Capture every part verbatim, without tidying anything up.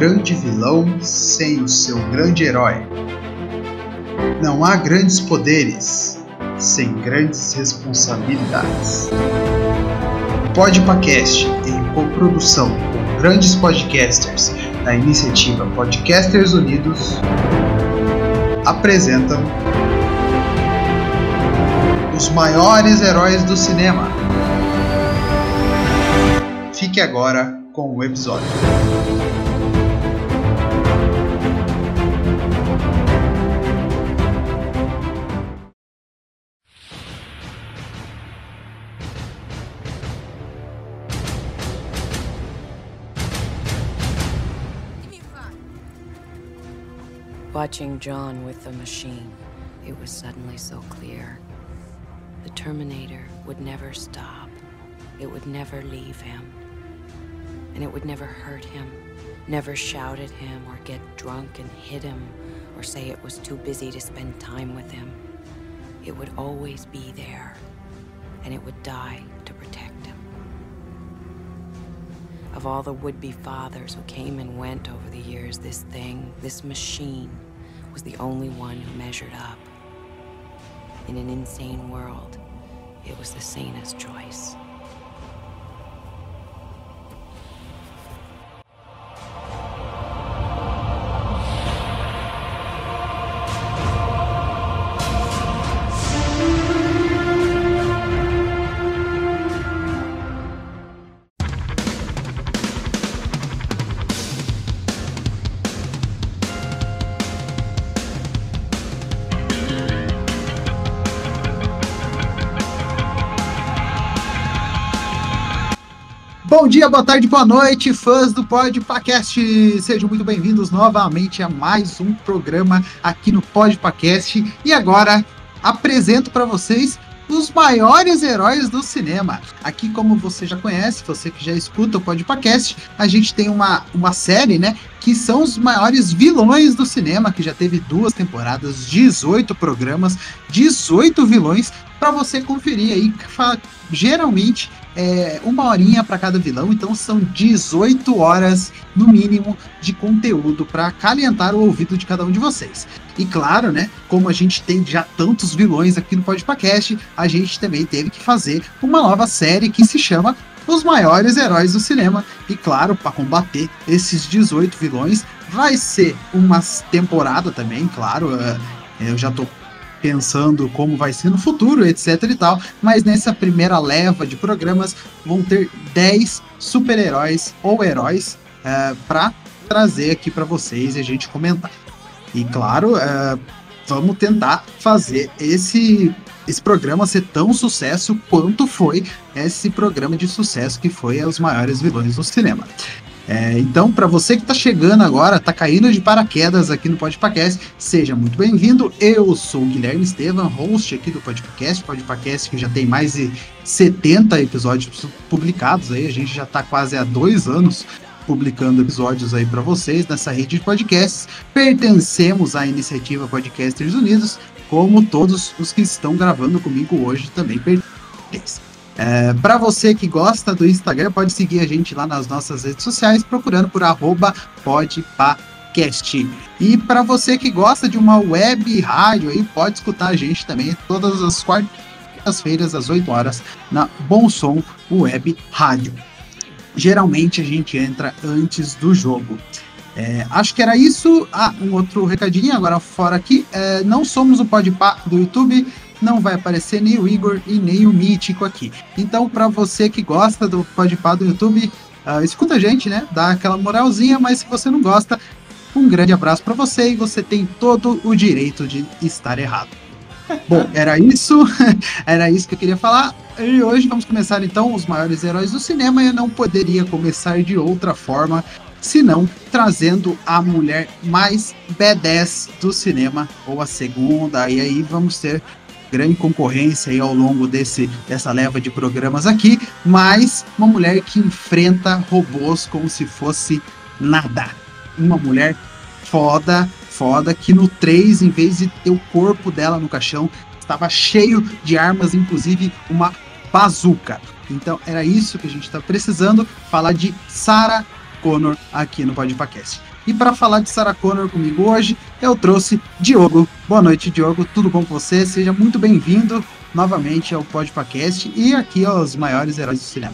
grande vilão sem o seu grande herói. Não há grandes poderes sem grandes responsabilidades. PodpaCast, em coprodução com grandes podcasters da iniciativa Podcasters Unidos, apresentam os maiores heróis do cinema. Fique agora com o episódio. Watching John with the machine, it was suddenly so clear. The Terminator would never stop. It would never leave him. And it would never hurt him, never shout at him or get drunk and hit him or say it was too busy to spend time with him. It would always be there, and it would die to protect him. Of all the would-be fathers who came and went over the years, this thing, this machine, was the only one who measured up. In an insane world, it was the sanest choice. Bom dia, boa tarde, boa noite, fãs do PodpaCast! Sejam muito bem-vindos novamente a mais um programa aqui no PodpaCast. E agora apresento para vocês os maiores heróis do cinema. Aqui, como você já conhece, você que já escuta o PodpaCast, a gente tem uma, uma série, né, que são os maiores vilões do cinema, que já teve duas temporadas, dezoito programas, dezoito vilões, para você conferir aí, geralmente é uma horinha para cada vilão, então são dezoito horas no mínimo de conteúdo para acalentar o ouvido de cada um de vocês. E claro, né, como a gente tem já tantos vilões aqui no PodpaCast, a gente também teve que fazer uma nova série que se chama Os Maiores Heróis do Cinema. E claro, para combater esses dezoito vilões, vai ser uma temporada também, claro, eu já tô pensando como vai ser no futuro, etc e tal, mas nessa primeira leva de programas vão ter dez super-heróis ou heróis uh, para trazer aqui para vocês e a gente comentar. E claro, uh, vamos tentar fazer esse, esse programa ser tão sucesso quanto foi esse programa de sucesso que foi Os Maiores Vilões do Cinema. É, então, para você que está chegando agora, está caindo de paraquedas aqui no PodpaCast, seja muito bem-vindo. Eu sou o Guilherme Estevam, host aqui do PodpaCast, PodpaCast que já tem mais de setenta episódios publicados aí, a gente já está quase há dois anos publicando episódios aí para vocês nessa rede de podcasts. Pertencemos à iniciativa Podcasters Unidos, como todos os que estão gravando comigo hoje também pertencem. É, para você que gosta do Instagram, pode seguir a gente lá nas nossas redes sociais, procurando por arroba podpacast. E para você que gosta de uma web rádio, aí, pode escutar a gente também todas as quartas-feiras, às oito horas, na Bom Som Web Rádio. Geralmente a gente entra antes do jogo. É, acho que era isso. Ah, um outro recadinho agora fora aqui. É, não somos o Podpah do YouTube. Não vai aparecer nem o Igor e nem o Mítico aqui. Então, para você que gosta do Podpah do YouTube, uh, escuta a gente, né? Dá aquela moralzinha, mas se você não gosta, um grande abraço para você e você tem todo o direito de estar errado. Bom, era isso. Era isso que eu queria falar. E hoje vamos começar, então, os maiores heróis do cinema. E eu não poderia começar de outra forma, senão trazendo a mulher mais badass do cinema, ou a segunda, e aí vamos ter grande concorrência aí ao longo desse, dessa leva de programas aqui, mas uma mulher que enfrenta robôs como se fosse nada. Uma mulher foda, foda, que no três, em vez de ter o corpo dela no caixão, estava cheio de armas, inclusive uma bazuca. Então era isso que a gente está precisando, falar de Sarah Connor aqui no PodpaCast. E para falar de Sarah Connor comigo hoje, eu trouxe Diogo. Boa noite, Diogo. Tudo bom com você? Seja muito bem-vindo novamente ao PodPacast e aqui aos maiores heróis do cinema.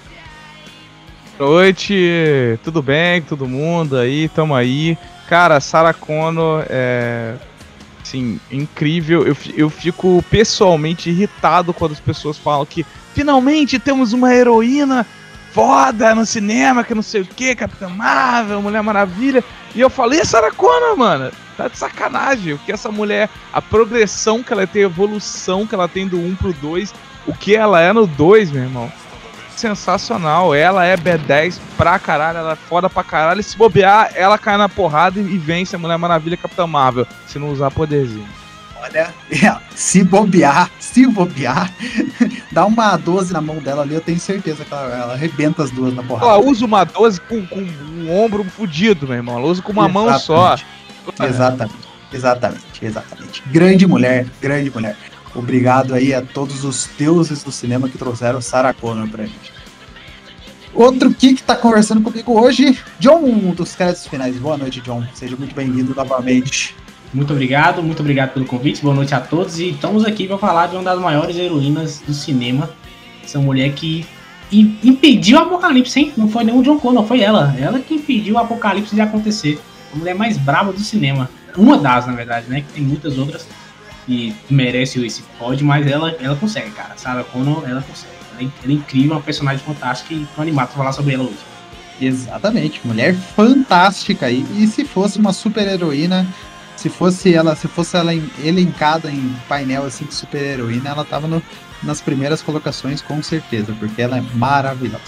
Boa noite, tudo bem com todo mundo aí? Tamo aí. Cara, Sarah Connor é... Sim, incrível. Eu, eu fico pessoalmente irritado quando as pessoas falam que finalmente temos uma heroína foda no cinema, que não sei o que, Capitã Marvel, Mulher Maravilha. E eu falei, é Sarah Connor, mano. Tá de sacanagem. O que essa mulher, a progressão que ela tem, a evolução que ela tem do um pro dois, o que ela é no dois, meu irmão. Sensacional. Ela é B dez pra caralho, ela é foda pra caralho. E se bobear, ela cai na porrada e vence a Mulher Maravilha e Capitã Marvel, se não usar poderzinho. Olha, se bobear, se bobear, dá uma doze na mão dela ali, eu tenho certeza que ela, ela arrebenta as duas na porrada. Ela usa uma doze com, com um ombro fudido, meu irmão. Ela usa com uma exatamente. mão só. Exatamente, exatamente, exatamente. Grande mulher, grande mulher. Obrigado aí a todos os deuses do cinema que trouxeram Sarah Connor pra gente. Outro que que tá conversando comigo hoje, John, dos créditos finais. Boa noite, John. Seja muito bem-vindo novamente. Muito obrigado, muito obrigado pelo convite, boa noite a todos e estamos aqui para falar de uma das maiores heroínas do cinema, essa mulher que impediu o apocalipse, hein? Não foi nem o John Connor, foi ela, ela que impediu o apocalipse de acontecer, a mulher mais brava do cinema, uma das, na verdade, né, que tem muitas outras que merecem esse pódio, mas ela, ela consegue, cara, Sarah Connor, ela consegue, ela é, ela é incrível, uma personagem fantástica e tô animado para falar sobre ela hoje. Exatamente, mulher fantástica aí, e se fosse uma super heroína, Se fosse ela, se fosse ela elencada em painel assim de super heroína, ela tava no, nas primeiras colocações com certeza, porque ela é maravilhosa.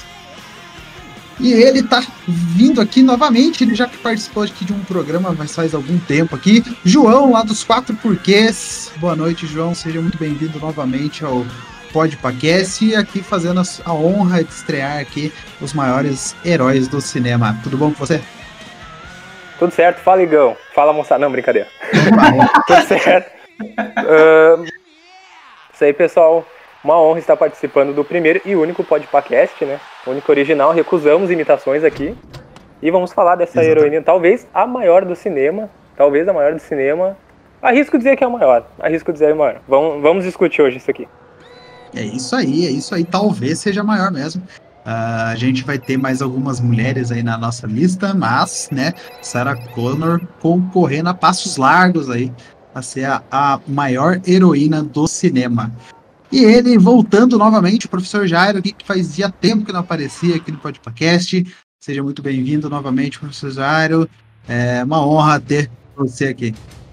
E ele tá vindo aqui novamente, ele já que participou aqui de um programa mas faz algum tempo aqui, João lá dos Quatro Porquês. Boa noite, João, seja muito bem-vindo novamente ao PodPacast e aqui fazendo a honra de estrear aqui os maiores heróis do cinema. Tudo bom com você? Tudo certo, fala Igão, fala moçada, não, brincadeira. Tudo certo. Uh, isso aí, pessoal, uma honra estar participando do primeiro e único PodPacast, né? O único original, recusamos imitações aqui. E vamos falar dessa Exatamente. heroína, talvez a maior do cinema, talvez a maior do cinema. Arrisco dizer que é a maior, arrisco dizer que é a maior. Vamos, vamos discutir hoje isso aqui. É isso aí, é isso aí, talvez seja a maior mesmo. Uh, a gente vai ter mais algumas mulheres aí na nossa lista, mas, né, Sarah Connor concorrendo a passos largos aí a ser a, a maior heroína do cinema. E ele, voltando novamente, o professor Jairo, que fazia tempo que não aparecia aqui no PodPacast. Seja muito bem-vindo novamente, professor Jairo. É uma honra ter você aqui.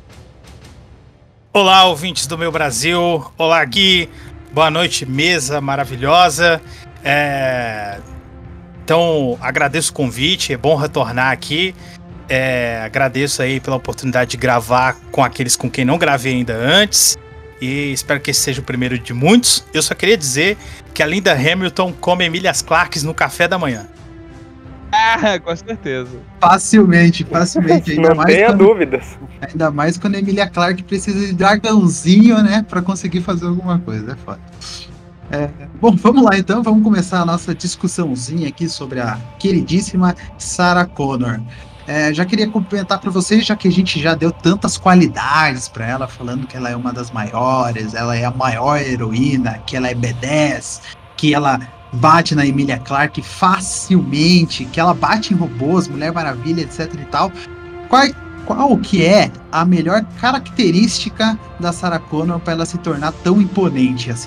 Olá, ouvintes do meu Brasil. Olá, Gui. Boa noite, mesa maravilhosa. É... Então, agradeço o convite, é bom retornar aqui. É... Agradeço aí pela oportunidade de gravar com aqueles com quem não gravei ainda antes. E espero que esse seja o primeiro de muitos. Eu só queria dizer que a Linda Hamilton come Emilia Clarke no café da manhã. Ah, com certeza. Facilmente, facilmente. Ainda não mais tenha quando, dúvidas. Ainda mais quando a Emilia Clarke precisa de dragãozinho, né? Pra conseguir fazer alguma coisa. É foda. É, bom, vamos lá então, vamos começar a nossa discussãozinha aqui sobre a queridíssima Sarah Connor. É, já queria comentar para vocês, já que a gente já deu tantas qualidades para ela, falando que ela é uma das maiores, ela é a maior heroína, que ela é B dez, que ela bate na Emilia Clarke facilmente, que ela bate em robôs, Mulher Maravilha, etc e tal. Qual, qual que é a melhor característica da Sarah Connor para ela se tornar tão imponente assim?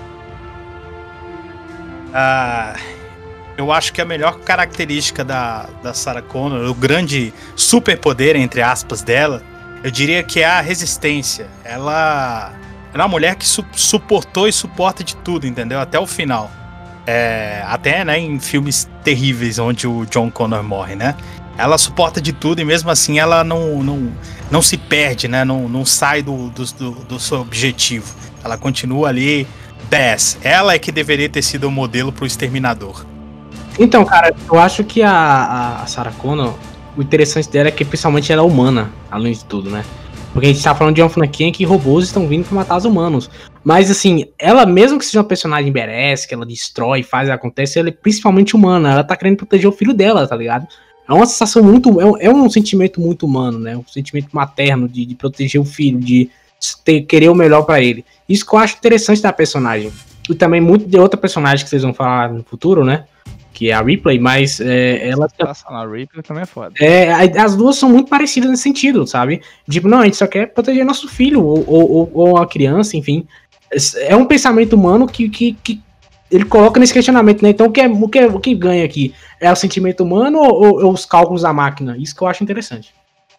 Ah, eu acho que a melhor característica da, da Sarah Connor, o grande superpoder, entre aspas, dela, eu diria que é a resistência. Ela é uma mulher que su- suportou e suporta de tudo, entendeu? Até o final. É, até, né, em filmes terríveis onde o John Connor morre, né? Ela suporta de tudo e mesmo assim ela não, não, não se perde, né? Não, não sai do, do, do, do seu objetivo. Ela continua ali. dez. Ela é que deveria ter sido o modelo pro Exterminador. Então, cara, eu acho que a, a Sarah Connor, o interessante dela é que principalmente ela é humana, além de tudo, né? Porque a gente tá falando de uma franquia em que robôs estão vindo pra matar os humanos. Mas, assim, ela, mesmo que seja uma personagem badass, que ela destrói, faz, acontece, ela é principalmente humana. Ela tá querendo proteger o filho dela, tá ligado? É uma sensação muito, é um, é um sentimento muito humano, né? Um sentimento materno de, de proteger o filho, de ter, querer o melhor pra ele. Isso que eu acho interessante da personagem. E também muito de outra personagem que vocês vão falar no futuro, né? Que é a Ripley, mas é, ela... A Ripley também é foda. É, as duas são muito parecidas nesse sentido, sabe? Tipo, não, a gente só quer proteger nosso filho, ou, ou, ou a criança, enfim. É um pensamento humano que, que, que ele coloca nesse questionamento, né? Então, o que, é, o, que é, o que ganha aqui? É o sentimento humano ou, ou os cálculos da máquina? Isso que eu acho interessante.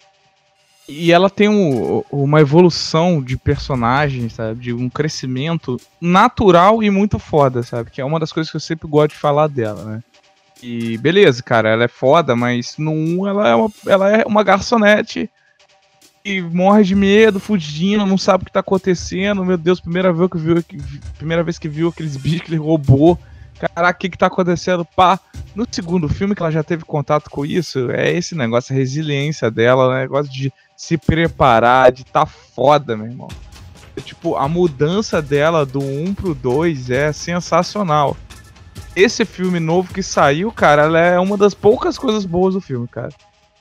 E ela tem um, uma evolução de personagem, sabe? De um crescimento natural e muito foda, sabe? Que é uma das coisas que eu sempre gosto de falar dela, né? E beleza, cara, ela é foda, mas no um ela é uma, ela é uma garçonete e morre de medo, fudidinha, não sabe o que tá acontecendo. Meu Deus, primeira vez que viu, primeira vez que viu aqueles bichos que ele roubou. Caraca, o que que tá acontecendo? Pá, no segundo filme que ela já teve contato com isso, é esse negócio, a resiliência dela, o negócio de se preparar, de tá foda, meu irmão. É, tipo, a mudança dela do um pro dois é sensacional. Esse filme novo que saiu, cara, ela é uma das poucas coisas boas do filme, cara.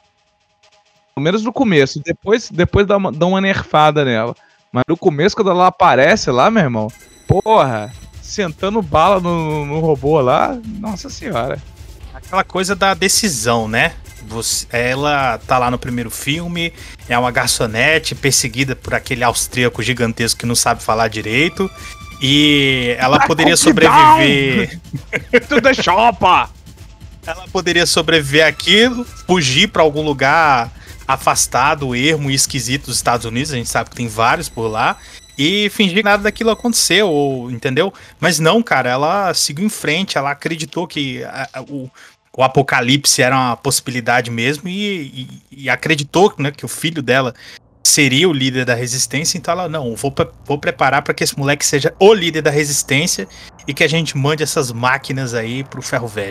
Pelo menos no começo, depois, depois dá uma, dá uma nerfada nela. Mas no começo, quando ela aparece lá, meu irmão, porra, sentando bala no, no robô lá, nossa senhora. Aquela coisa da decisão, né? Você, ela tá lá no primeiro filme, é uma garçonete perseguida por aquele austríaco gigantesco que não sabe falar direito. E ela poderia sobreviver. To the shopper! Ela poderia sobreviver àquilo, fugir pra algum lugar afastado, ermo e esquisito dos Estados Unidos. A gente sabe que tem vários por lá. E fingir que nada daquilo aconteceu, ou, entendeu? Mas não, cara, ela seguiu em frente, ela acreditou que a, a, o, o apocalipse era uma possibilidade mesmo e, e, e acreditou, né, que o filho dela seria o líder da resistência. Então ela, não, vou, vou preparar para que esse moleque seja o líder da resistência e que a gente mande essas máquinas aí pro ferro velho.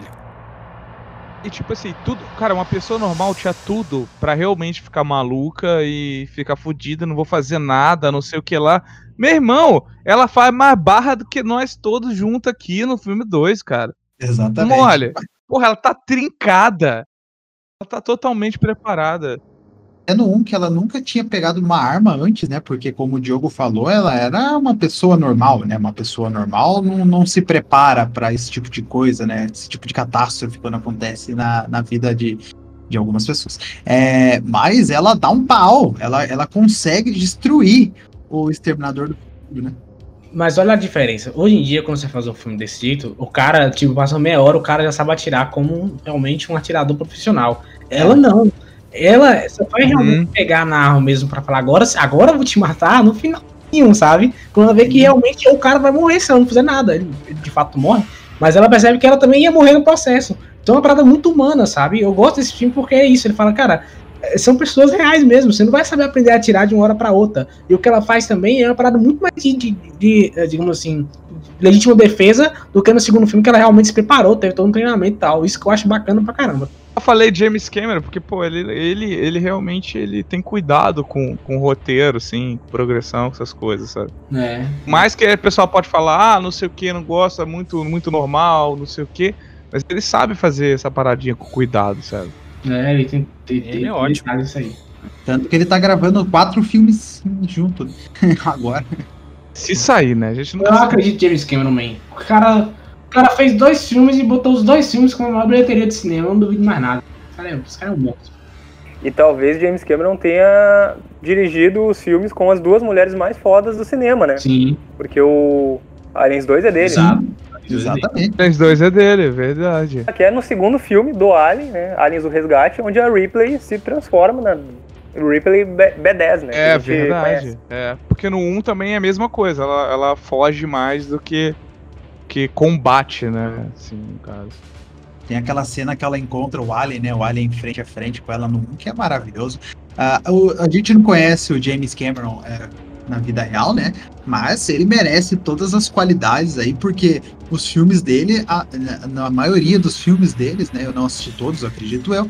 E tipo assim, tudo, cara, uma pessoa normal tinha tudo pra realmente ficar maluca e ficar fodida, não vou fazer nada, não sei o que lá. Meu irmão, ela faz mais barra do que nós todos juntos aqui no filme dois, cara. Exatamente. Olha, porra, ela tá trincada. Ela tá totalmente preparada. É no um que ela nunca tinha pegado uma arma antes, né? Porque, como o Diogo falou, ela era uma pessoa normal, né? Uma pessoa normal não, não se prepara para esse tipo de coisa, né? Esse tipo de catástrofe quando acontece na, na vida de, de algumas pessoas. É, mas ela dá um pau, ela, ela consegue destruir o Exterminador do Futuro, né? Mas olha a diferença. Hoje em dia, quando você faz um filme desse jeito, o cara, tipo, passa meia hora, o cara já sabe atirar como realmente um atirador profissional. Ela não. Ela só vai realmente uhum. pegar na arma mesmo pra falar, agora, agora eu vou te matar no finalzinho, sabe? Quando ela vê que realmente o cara vai morrer se ela não fizer nada. Ele, ele de fato morre. Mas ela percebe que ela também ia morrer no processo. Então é uma parada muito humana, sabe? Eu gosto desse filme porque é isso. Ele fala, cara, são pessoas reais mesmo. Você não vai saber aprender a atirar de uma hora pra outra. E o que ela faz também é uma parada muito mais de, de, de, de digamos assim, legítima defesa do que no segundo filme, que ela realmente se preparou, teve todo um treinamento e tal. Isso que eu acho bacana pra caramba. Eu falei James Cameron porque, pô, ele, ele, ele realmente ele tem cuidado com, com o roteiro, assim, com progressão, com essas coisas, sabe? É. Mais que o pessoal pode falar, ah, não sei o que, não gosta, muito, muito normal, não sei o que, mas ele sabe fazer essa paradinha com cuidado, sabe? É, ele tem, tem, ele tem é ótimo. Isso aí. Tanto que ele tá gravando quatro filmes junto agora. Se sair, né? A gente não Eu não acredito em James Cameron, man. O cara... O cara fez dois filmes e botou os dois filmes com a maior bilheteria de cinema, eu não duvido mais nada. Os caras é um monstro. E talvez James Cameron tenha dirigido os filmes com as duas mulheres mais fodas do cinema, né? Sim. Porque o Aliens dois é dele. Exato. Exatamente. Aliens dois é dele, é verdade. Que é no segundo filme do Alien, né? Aliens o Resgate, onde a Ripley se transforma na Ripley B dez, né? É verdade. Conhece. É, porque no um também é a mesma coisa, ela, ela foge mais do que que combate, né, assim, no caso. Tem aquela cena que ela encontra o Alien, né, o Alien frente a frente com ela no um, que é maravilhoso. Uh, o, a gente não conhece o James Cameron é, na vida real, né, mas ele merece todas as qualidades aí, porque os filmes dele, a, na, na maioria dos filmes deles, né, eu não assisti todos, acredito eu, uh,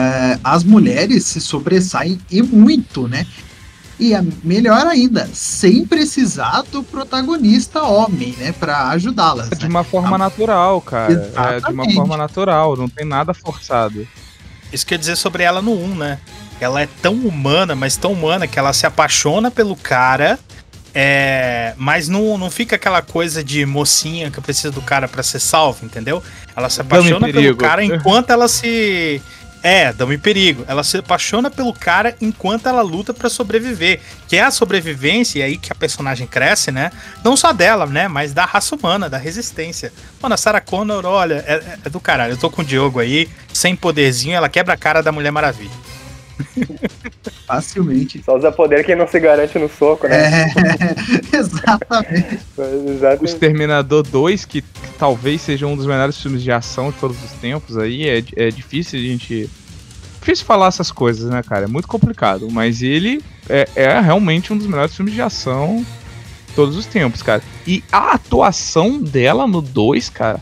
as mulheres se sobressaem e muito, né. E a melhor ainda, sem precisar do protagonista homem, né, pra ajudá-las. É de uma forma a... natural, cara. Exatamente. É de uma forma natural, não tem nada forçado. isso que eu ia dizer sobre ela no um, né? Ela é tão humana, mas tão humana, que ela se apaixona pelo cara, é, mas não, não fica aquela coisa de mocinha que precisa do cara pra ser salvo, entendeu? Ela se apaixona pelo cara enquanto ela se... É, dá-me perigo. Ela se apaixona pelo cara enquanto ela luta pra sobreviver. Que é a sobrevivência, e aí que a personagem cresce, né? Não só dela, né? Mas da raça humana, da resistência. Mano, a Sarah Connor, olha, é, é do caralho. Eu tô com o Diogo aí, sem poderzinho, ela quebra a cara da Mulher Maravilha. Facilmente. Só usa poder quem não se garante no soco, né? É, exatamente. Exatamente. O Exterminador dois, que, que talvez seja um dos melhores filmes de ação de todos os tempos aí, é, é difícil a gente... Difícil falar essas coisas, né, cara? É muito complicado, mas ele é, é realmente um dos melhores filmes de ação de todos os tempos, cara. E a atuação dela no dois, cara,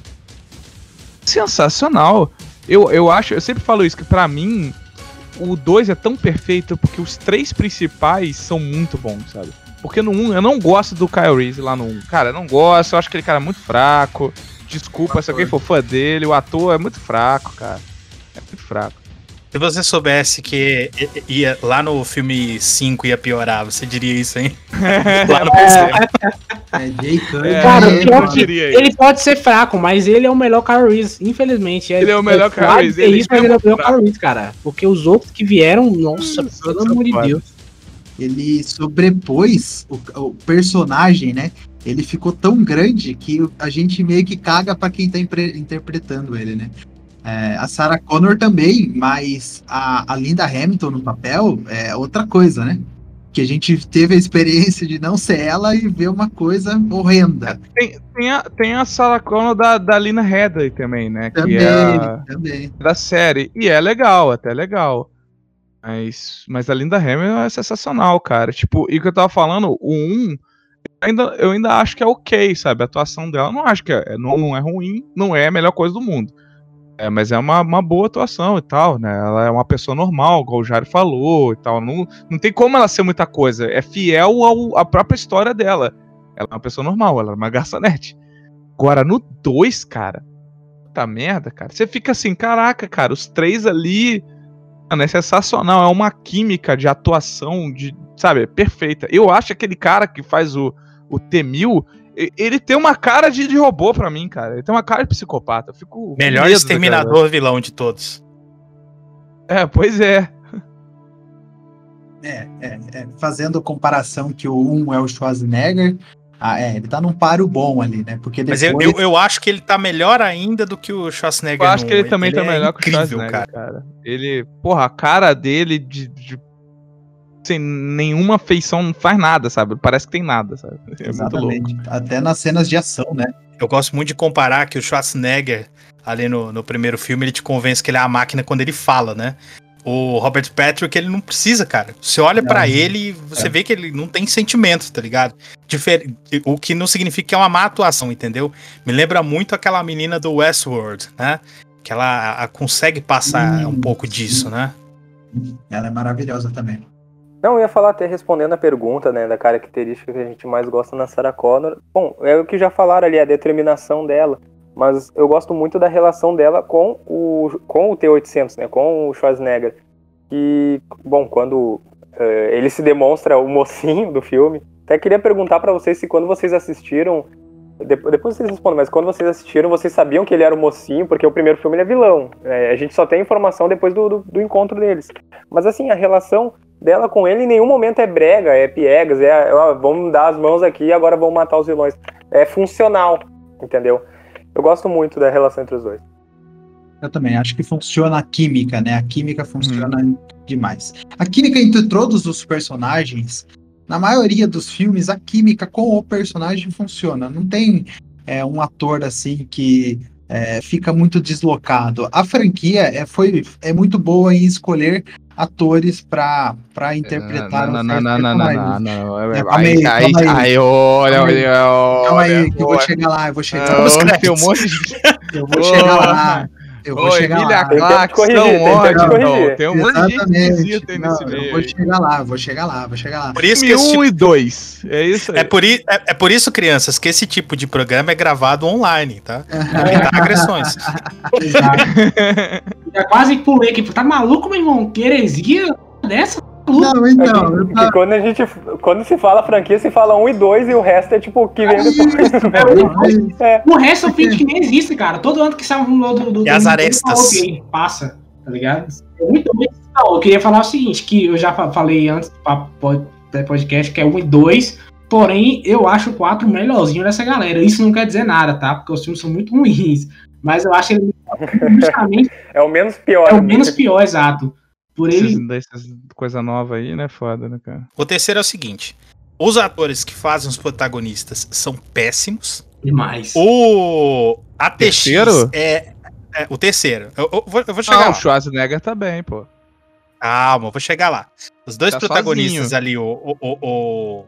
sensacional. Eu, eu acho, eu sempre falo isso, que pra mim... O dois é tão perfeito porque os três principais são muito bons, sabe? Porque no um, eu não gosto do Kyle Reese lá no um. Cara, eu não gosto, eu acho aquele cara muito fraco. Desculpa se alguém for fã dele, o ator é muito fraco, cara. É muito fraco. Se você soubesse que ia, lá no filme cinco ia piorar, você diria isso, hein? Lá no É, Jay Cutler. É, Cara, eu pior não que diria isso. ele pode ser fraco, mas ele é o melhor Kyle Reese, infelizmente. Ele é o melhor Kyle pode Reese, ser ele isso, mas é ele é o muito melhor fraco. Kyle Reese, cara. Porque os outros que vieram, nossa, Hum, pelo são amor de foda. Deus. Ele sobrepôs o, o personagem, né? Ele ficou tão grande que a gente meio que caga pra quem tá impre- interpretando ele, né? É, a Sarah Connor também, mas a, a Linda Hamilton no papel é outra coisa, né? Que a gente teve a experiência de não ser ela e ver uma coisa horrenda. Tem, tem, a, tem a Sarah Connor da, da Lina Headey também, né? Também, Que é a, também. da série. E é legal, até legal. Mas, mas a Linda Hamilton é sensacional, cara. Tipo, e o que eu tava falando, o um, eu ainda, eu ainda acho que é ok, sabe? A atuação dela, eu não acho que é, não, não é ruim, não é a melhor coisa do mundo. É, mas é uma, uma boa atuação e tal, né? Ela é uma pessoa normal, igual o Jário falou e tal. Não, não tem como ela ser muita coisa. É fiel ao, à própria história dela. Ela é uma pessoa normal, ela é uma garçonete. Agora, no dois, cara, puta merda, cara. Você fica assim, caraca, cara, os três ali... Mano, é sensacional. É uma química de atuação, de, sabe, perfeita. Eu acho que aquele cara que faz o, o T mil... Ele tem uma cara de, de robô pra mim, cara. Ele tem uma cara de psicopata. Eu fico melhor exterminador vilão de todos. É, pois é. É, é, é. Fazendo comparação que o um é o Schwarzenegger, ah, é, ele tá num páreo bom ali, né? Porque depois... Mas eu, eu, eu acho que ele tá melhor ainda do que o Schwarzenegger. Eu acho que ele no, também ele tá é melhor que o incrível, Schwarzenegger, cara. cara. Ele, porra, a cara dele de... de... sem nenhuma feição, não faz nada, sabe? Parece que tem nada, sabe? É Exatamente. muito louco. Até nas cenas de ação, né? Eu gosto muito de comparar que o Schwarzenegger, ali no, no primeiro filme, ele te convence que ele é a máquina quando ele fala, né? O Robert Patrick, ele não precisa, cara. Você olha Não. pra ele e você É. vê que ele não tem sentimento, tá ligado? Difer- o que não significa que é uma má atuação, entendeu? Me lembra muito aquela menina do Westworld, né? Que ela a, consegue passar Hum, um pouco sim. disso, né? Ela é maravilhosa também. Não, eu ia falar até respondendo a pergunta, né, da característica que a gente mais gosta na Sarah Connor. Bom, é o que já falaram ali, a determinação dela. Mas eu gosto muito da relação dela com o, com o T oitocentos, né, com o Schwarzenegger. E, bom, quando uh, ele se demonstra o mocinho do filme, até queria perguntar pra vocês se quando vocês assistiram, depois, depois vocês respondem, mas quando vocês assistiram, vocês sabiam que ele era o mocinho, porque o primeiro filme ele é vilão. Né, a gente só tem informação depois do, do, do encontro deles. Mas assim, a relação dela com ele em nenhum momento é brega, é piegas, é, ó, vamos dar as mãos aqui e agora vamos matar os vilões. É funcional, entendeu? Eu gosto muito da relação entre os dois. Eu também acho que funciona a química, né? A química funciona hum. demais. A química entre todos os personagens, na maioria dos filmes, a química com o personagem funciona. Não tem é, um ator assim que é, fica muito deslocado. A franquia é, foi, é muito boa em escolher atores para para interpretar não, os não, não, não, não, não, não, É, calma aí, calma aí. Aí, olha, Calma aí. olha, Calma aí, olha, que eu vou chegar lá, eu vou chegar Ah, lá. olha, tem um monte de... Eu vou chegar lá. Eu vou Ô, chegar Emília lá. Clarke, Tem que são corrigir, tem que ótimos, corrigir. não. Tem um monte de gente Exatamente. esquisita aí Não, nesse eu meio. vou aí. chegar lá, vou chegar lá, vou chegar lá. Por isso que Filme esse um tipo- e dois. É isso aí. É por, i- é, é por isso, crianças, que esse tipo de programa é gravado online, tá? Pra evitar agressões. Exato. Já quase pulei aqui. Tá maluco, meu irmão? Que heresia dessa? Não, então. É que, que quando, a gente, quando se fala franquia, se fala um e dois e o resto é tipo o que vem depois. É. O resto eu finge que nem existe, cara. Todo ano que sai um do, do E as arestas. Ok, passa, tá ligado? É muito bem. Não, eu queria falar o seguinte, que eu já falei antes do podcast, que é um e dois, porém eu acho o quatro melhorzinho dessa galera. Isso não quer dizer nada, tá? Porque os filmes são muito ruins. Mas eu acho ele justamente. É o menos pior. É o menos pior, exato. Por ele. Essas coisa nova aí, né? Foda, né, cara? O terceiro é o seguinte: os atores que fazem os protagonistas são péssimos. Demais. O A T X Terceiro? é, é o terceiro. Eu, eu vou, eu vou chegar Ah, lá. o Schwarzenegger tá bem, pô. Calma, eu vou chegar lá. Os dois Tá protagonistas sozinho. ali, o, o, o, o,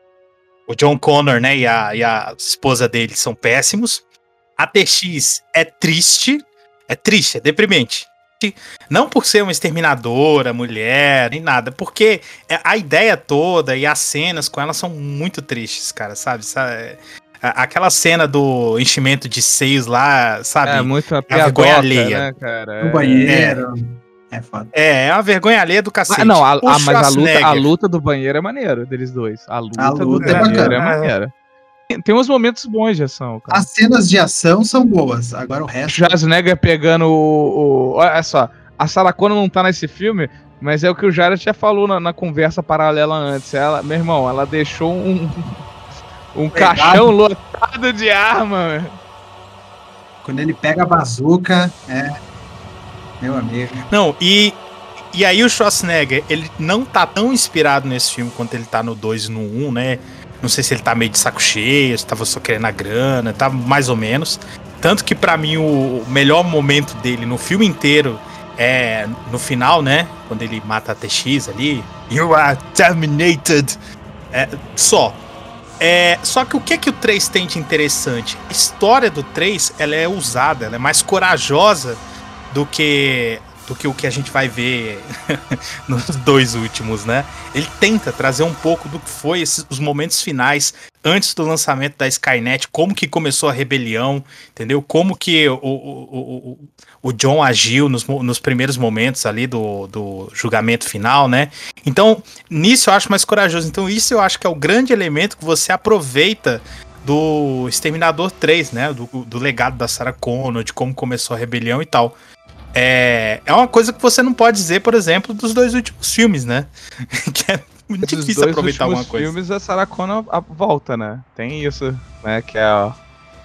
o John Connor, né, e a, e a esposa dele são péssimos. A T X é triste, é triste, é deprimente. Não por ser uma exterminadora, mulher, nem nada, porque a ideia toda e as cenas com ela são muito tristes, cara, sabe? sabe? Aquela cena do enchimento de seios lá, sabe? É, muito é uma vergonha alheia, né, cara? No banheiro. É, é foda. É, é uma vergonha alheia do cacete. Ah, não, a, O a, mas a luta, a Schwarzenegger- luta do banheiro é maneiro, deles dois. A luta, A do luta é banheiro bacana. é maneira. Tem, tem uns momentos bons de ação, cara. As cenas de ação são boas. Agora o O resto. Schwarzenegger pegando o, o... Olha só, a Sarah Connor não tá nesse filme, mas é o que o Jared já falou na, na conversa paralela antes. Ela, meu irmão, ela deixou um, um Pegado. caixão lotado de arma, velho. Quando ele pega a bazuca, é. Meu amigo. Não, e, e aí o Schwarzenegger, ele não tá tão inspirado nesse filme quanto ele tá no dois e no um, né? Não sei se ele tá meio de saco cheio, se tava só querendo a grana, tá mais ou menos. Tanto que pra mim o melhor momento dele no filme inteiro é no final, né? Quando ele mata a T X ali. You are terminated. É, só. É, só que o que que o três tem de interessante? A história do três, ela é ousada, ela é mais corajosa do que, do que o que a gente vai ver nos dois últimos, né? Ele tenta trazer um pouco do que foi esses, os momentos finais antes do lançamento da Skynet, como que começou a rebelião, entendeu? Como que o, o, o, o John agiu nos, nos primeiros momentos ali do, do julgamento final, né? Então, nisso eu acho mais corajoso. Então, isso eu acho que é o grande elemento que você aproveita do Exterminador três, né? Do, do legado da Sarah Connor, de como começou a rebelião e tal. É, é uma coisa que você não pode dizer, por exemplo, dos dois últimos filmes, né? Que é muito Dos difícil dois aproveitar últimos alguma coisa. filmes, a Sarah Connor a- volta, né? Tem isso, né? Que é, ó...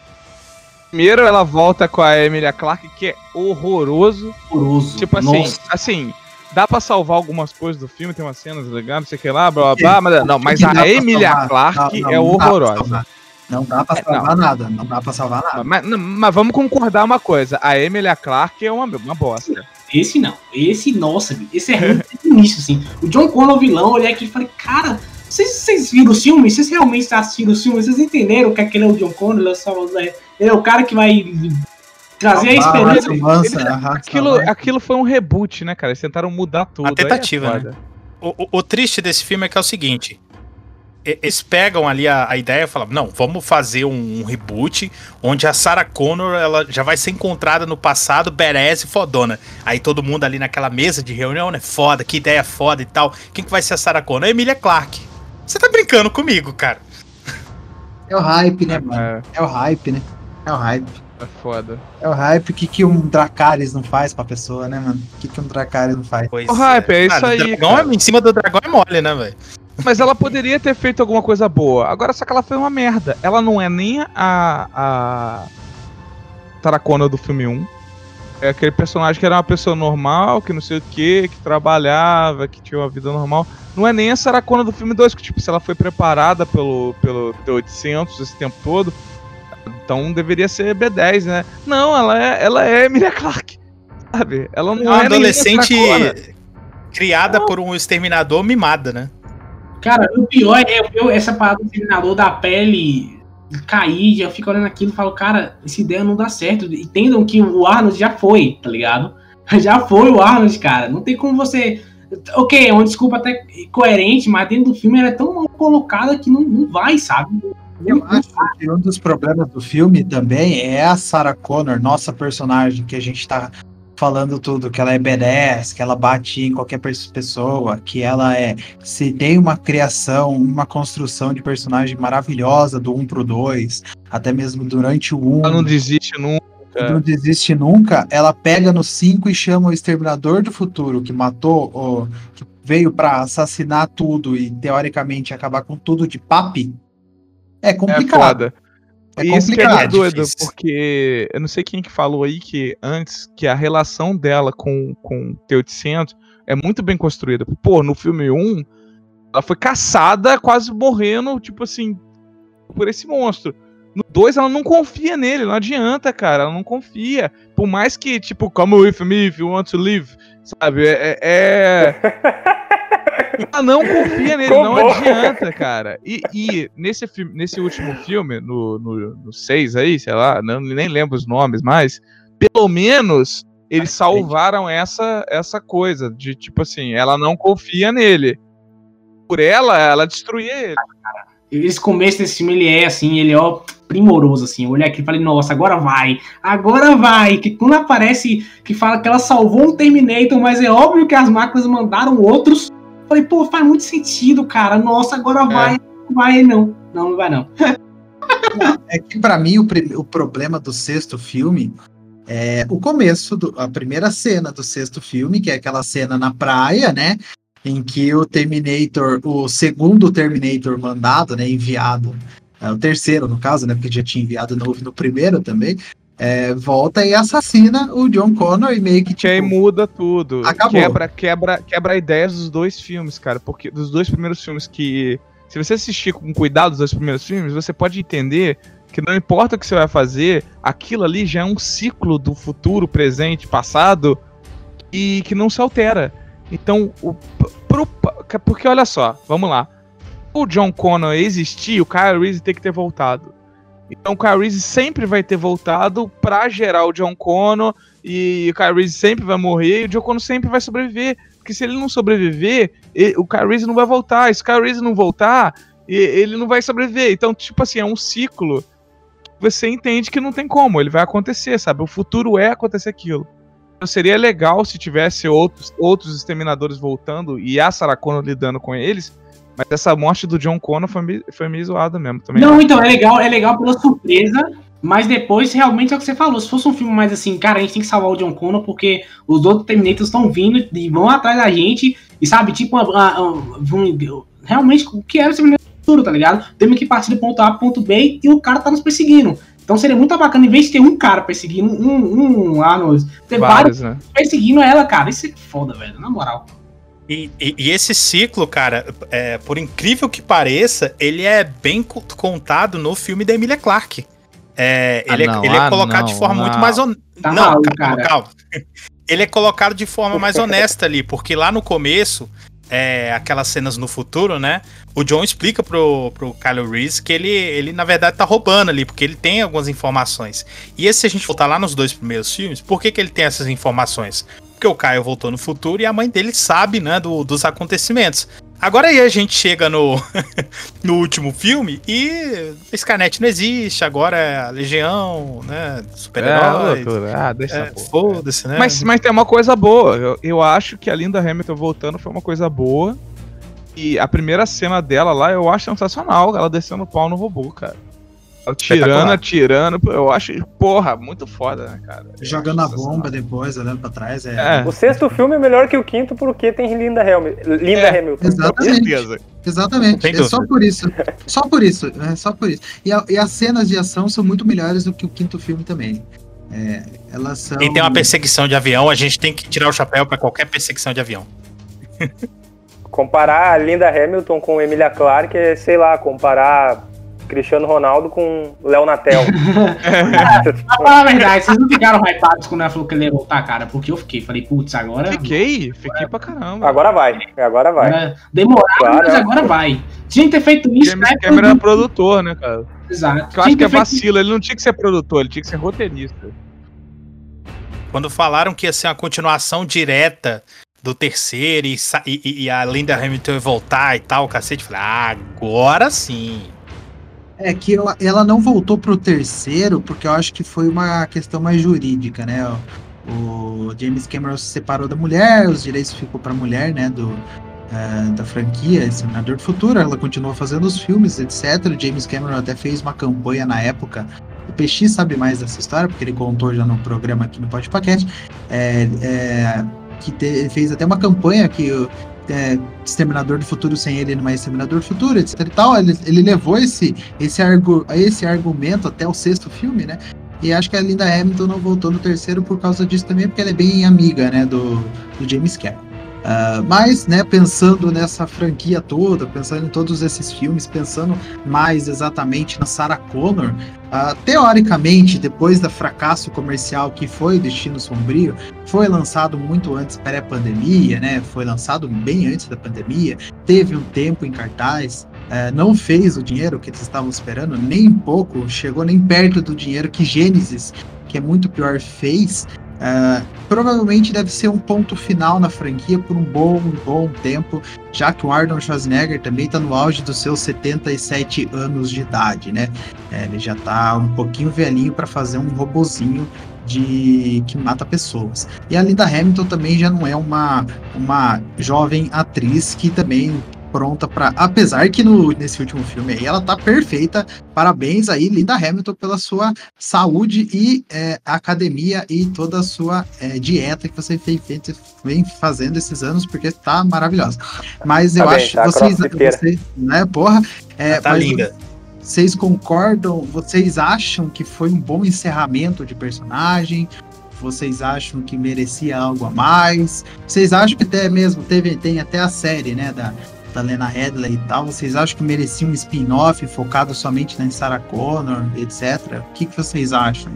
Primeiro ela volta com a Emilia Clarke, que é horroroso. Horroroso. Tipo assim, Nossa. assim, dá pra salvar algumas coisas do filme, tem umas cenas legais, não sei o que lá, blá blá blá, mas, não, mas Que dá a pra Emilia salvar? Clarke Não, não, é não dá pra horrorosa. salvar. Não dá pra É, salvar nada. Não dá pra salvar nada. Mas, não, mas vamos concordar uma coisa, a Emilia Clarke é uma, uma bosta. Esse não. Esse, nossa, esse é ruim desde o início, assim. O John Connor, vilão, eu olhei aqui e falei, cara, vocês, vocês viram o filme? Vocês realmente assistiram o filme? Vocês entenderam que aquele é o John Connor? Ele é, só, ele é o cara que vai trazer a esperança. Mansa, aham, Aquilo, salvar. aquilo foi um reboot, né, cara? Eles tentaram mudar tudo. Uma aí é tentativa, foda. né? O, o, o triste desse filme é que é o seguinte: e- eles pegam ali a, a ideia e falam, não, vamos fazer um, um reboot onde a Sarah Connor ela já vai ser encontrada no passado, badass e fodona. Aí todo mundo ali naquela mesa de reunião, né? Foda, que ideia foda e tal. Quem que vai ser a Sarah Connor? A Emilia Clarke. Você tá brincando comigo, cara. É o hype, né, mano? É, É o hype, né? É o hype. é foda. É o hype que, que um Dracarys não faz pra pessoa, né, mano? O que, que um Dracarys não faz? Pois O hype, é isso Cara, o aí, dragão cara. é- em cima do dragão é mole, né, velho? Mas ela poderia ter feito alguma coisa boa. Agora, só que ela foi uma merda. Ela não é nem a. a. Sarah Connor do filme um. É aquele personagem que era uma pessoa normal, que não sei o que, que trabalhava, que tinha uma vida normal. Não é nem a Sarah Connor do filme dois, que tipo, se ela foi preparada pelo, pelo T oitocentos esse tempo todo, então deveria ser B dez, né? Não, ela é, ela é Emilia Clarke, sabe? Ela não É uma é nem a adolescente Sarah Connor. criada por um exterminador mimada, né? Cara, o pior é eu, essa parada do terminador da pele cair, eu fico olhando aquilo e falo, cara, essa ideia não dá certo. Entendam que o Arnold já foi, tá ligado? Já foi o Arnold, cara. Não tem como você... Ok, é uma desculpa até coerente, mas dentro do filme ela é tão mal colocada que não, não vai, sabe? Eu acho que um dos problemas do filme também é a Sarah Connor, nossa personagem, que a gente tá falando tudo, que ela é badass, que ela bate em qualquer pessoa, que ela é, se tem uma criação, uma construção de personagem maravilhosa do um pro dois, até mesmo durante o um. Ela não desiste nunca. Não desiste nunca, ela pega no cinco e chama o Exterminador do Futuro, que matou, o, que veio pra assassinar tudo e teoricamente acabar com tudo de papi. É complicado. É foda. É Isso que é complicado. doido, porque eu não sei quem que falou aí que antes, que a relação dela com, com o T oitocentos é muito bem construída. Pô, no filme um, ela foi caçada, quase morrendo, tipo assim, por esse monstro. No dois, ela não confia nele, não adianta, cara, ela não confia. Por mais que, tipo, come with me if you want to live, sabe? É... é... Ela não confia nele, Como? não adianta, cara. E, e nesse, filme, nesse último filme, no seis no, no aí, sei lá, não, nem lembro os nomes mais, pelo menos eles salvaram essa, essa coisa de, tipo assim, ela não confia nele. Por ela, ela destruía ele. Esse começo desse filme, ele é assim, ele é ó, primoroso, assim. Eu olhei aqui e falei, nossa, agora vai, agora vai. Que quando aparece que fala que ela salvou um Terminator, mas é óbvio que as máquinas mandaram outros. Eu falei, pô, faz muito sentido, cara. Nossa, agora vai, é. vai, não. Não, não vai, não. É que pra mim o, o problema do sexto filme é o começo, do, a primeira cena do sexto filme, que é aquela cena na praia, né? Em que o Terminator, o segundo Terminator mandado, né, enviado, é, o terceiro no caso, né, porque já tinha enviado novo no primeiro também, é, volta e assassina o John Connor e meio que tipo, que aí muda tudo, acabou. quebra, quebra, quebra a ideia dos dois filmes, cara, porque dos dois primeiros filmes que, se você assistir com cuidado os dois primeiros filmes, você pode entender que não importa o que você vai fazer, aquilo ali já é um ciclo do futuro, presente, passado, e que não se altera. Então, o, pro, porque olha só, vamos lá. O John Connor existir, o Kyle Reese tem que ter voltado. Então o Kyle Reese sempre vai ter voltado pra gerar o John Connor, e o Kyle Reese sempre vai morrer, e o John Connor sempre vai sobreviver. Porque se ele não sobreviver, ele, o Kyle Reese não vai voltar. E se o Kyle Reese não voltar, ele não vai sobreviver. Então, tipo assim, é um ciclo que você entende que não tem como, ele vai acontecer, sabe? O futuro é acontecer aquilo. Então, seria legal se tivesse outros, outros exterminadores voltando e a Sarah Connor lidando com eles, mas essa morte do John Connor foi, foi meio zoada mesmo. Também não, então, é legal, é legal pela surpresa, mas depois realmente é o que você falou. Se fosse um filme mais assim, cara, a gente tem que salvar o John Connor porque os outros Terminators estão vindo e vão atrás da gente, e sabe, tipo, a, a, a, um, realmente, o que era o Terminator do futuro, tá ligado? Temos que partir do ponto A pro ponto B e o cara tá nos perseguindo. Então seria muito bacana, em vez de ter um cara perseguindo, um, um lá nos. Ter vários, vários né? perseguindo ela, cara. Isso é foda, velho, na moral. E, e, e esse ciclo, cara, é, por incrível que pareça, ele é bem contado no filme da Emilia Clarke. É, ele, ah, não, é, ele ah, é colocado não, de forma não. muito mais honesta. Tá não, mal, calma, cara. calma. Ele é colocado de forma mais honesta ali, porque lá no começo. É, aquelas cenas no futuro, né? O John explica pro, pro Kyle Reese que ele, ele, na verdade, tá roubando ali, porque ele tem algumas informações. E esse, se a gente voltar lá nos dois primeiros filmes, por que que ele tem essas informações? Porque o Kyle voltou no futuro e a mãe dele sabe, né, do, dos acontecimentos. Agora aí a gente chega no, no último filme e a Skynet não existe, agora é a Legião, né, super-heróis. É, ah, deixa é, foda-se, né? Mas, mas tem uma coisa boa, eu, eu acho que a Linda Hamilton voltando foi uma coisa boa, e a primeira cena dela lá eu acho sensacional, ela descendo o pau no robô, cara. Atirando, atirando, eu acho, porra, muito foda, né, cara? Eu Jogando a bomba depois, olhando pra trás. É... É. O sexto filme é melhor que o quinto porque tem Linda, Helm... Linda é, Hamilton. Exatamente. Exatamente. É só por isso. Só por isso. É só por isso. E, a, e as cenas de ação são muito melhores do que o quinto filme também. É, elas são... E tem uma perseguição de avião, a gente tem que tirar o chapéu pra qualquer perseguição de avião. Comparar a Linda Hamilton com Emilia Clarke é, sei lá, comparar Cristiano Ronaldo com Léo Natel. Pra falar a verdade, vocês não ficaram hypados quando ela falou que ele ia voltar, cara? Porque eu fiquei, falei, putz, agora... Fiquei, fiquei pra caramba. Agora vai, agora vai. É, demorado, claro, mas agora vai. Tinha que ter feito isso, James né? Cameron era produtor, né, cara? Exato. Eu acho que é vacilo, ele não tinha que ser produtor, ele tinha que ser roteirista. Quando falaram que ia ser uma continuação direta do terceiro e, e, e a Linda Hamilton ia voltar e tal, o cacete, eu falei, ah, agora sim. É que ela, ela não voltou pro terceiro, porque eu acho que foi uma questão mais jurídica, né? o James Cameron se separou da mulher, os direitos ficou para a mulher, né, do, uh, da franquia Exterminador do Futuro, ela continuou fazendo os filmes, etcétera. O James Cameron até fez uma campanha na época, o P X sabe mais dessa história, porque ele contou já no programa aqui no podcast, é, é, que te, fez até uma campanha que o é, Exterminador do Futuro sem ele não é Exterminador do Futuro, etc e tal. Ele, ele levou esse, esse, argu, esse argumento até o sexto filme, né? E acho que a Linda Hamilton não voltou no terceiro por causa disso também, porque ela é bem amiga, né, do, do James Cameron. Uh, mas, né, pensando nessa franquia toda, pensando em todos esses filmes, pensando mais exatamente na Sarah Connor, uh, teoricamente, depois do fracasso comercial que foi Destino Sombrio, foi lançado muito antes pré-pandemia, né, foi lançado bem antes da pandemia, teve um tempo em cartaz, uh, não fez o dinheiro que eles estavam esperando, nem pouco, chegou nem perto do dinheiro que Gênesis, que é muito pior, fez. Uh, provavelmente deve ser um ponto final na franquia por um bom, um bom tempo, já que o Arnold Schwarzenegger também está no auge dos seus setenta e sete anos de idade, né? É, ele já está um pouquinho velhinho para fazer um robozinho de que mata pessoas. E a Linda Hamilton também já não é uma, uma jovem atriz que também pronta para, apesar que no, nesse último filme aí ela tá perfeita, parabéns aí Linda Hamilton pela sua saúde e é, academia e toda a sua é, dieta que você vem, vem fazendo esses anos, porque tá maravilhosa. Mas eu tá acho que tá, vocês, vocês, né, porra, é, tá linda. Vocês concordam, vocês acham que foi um bom encerramento de personagem? Vocês acham que merecia algo a mais? Vocês acham que até mesmo teve, tem até a série, né, da da Lena Headey e tal, vocês acham que merecia um spin-off focado somente na Sarah Connor, etcétera? O que, que vocês acham?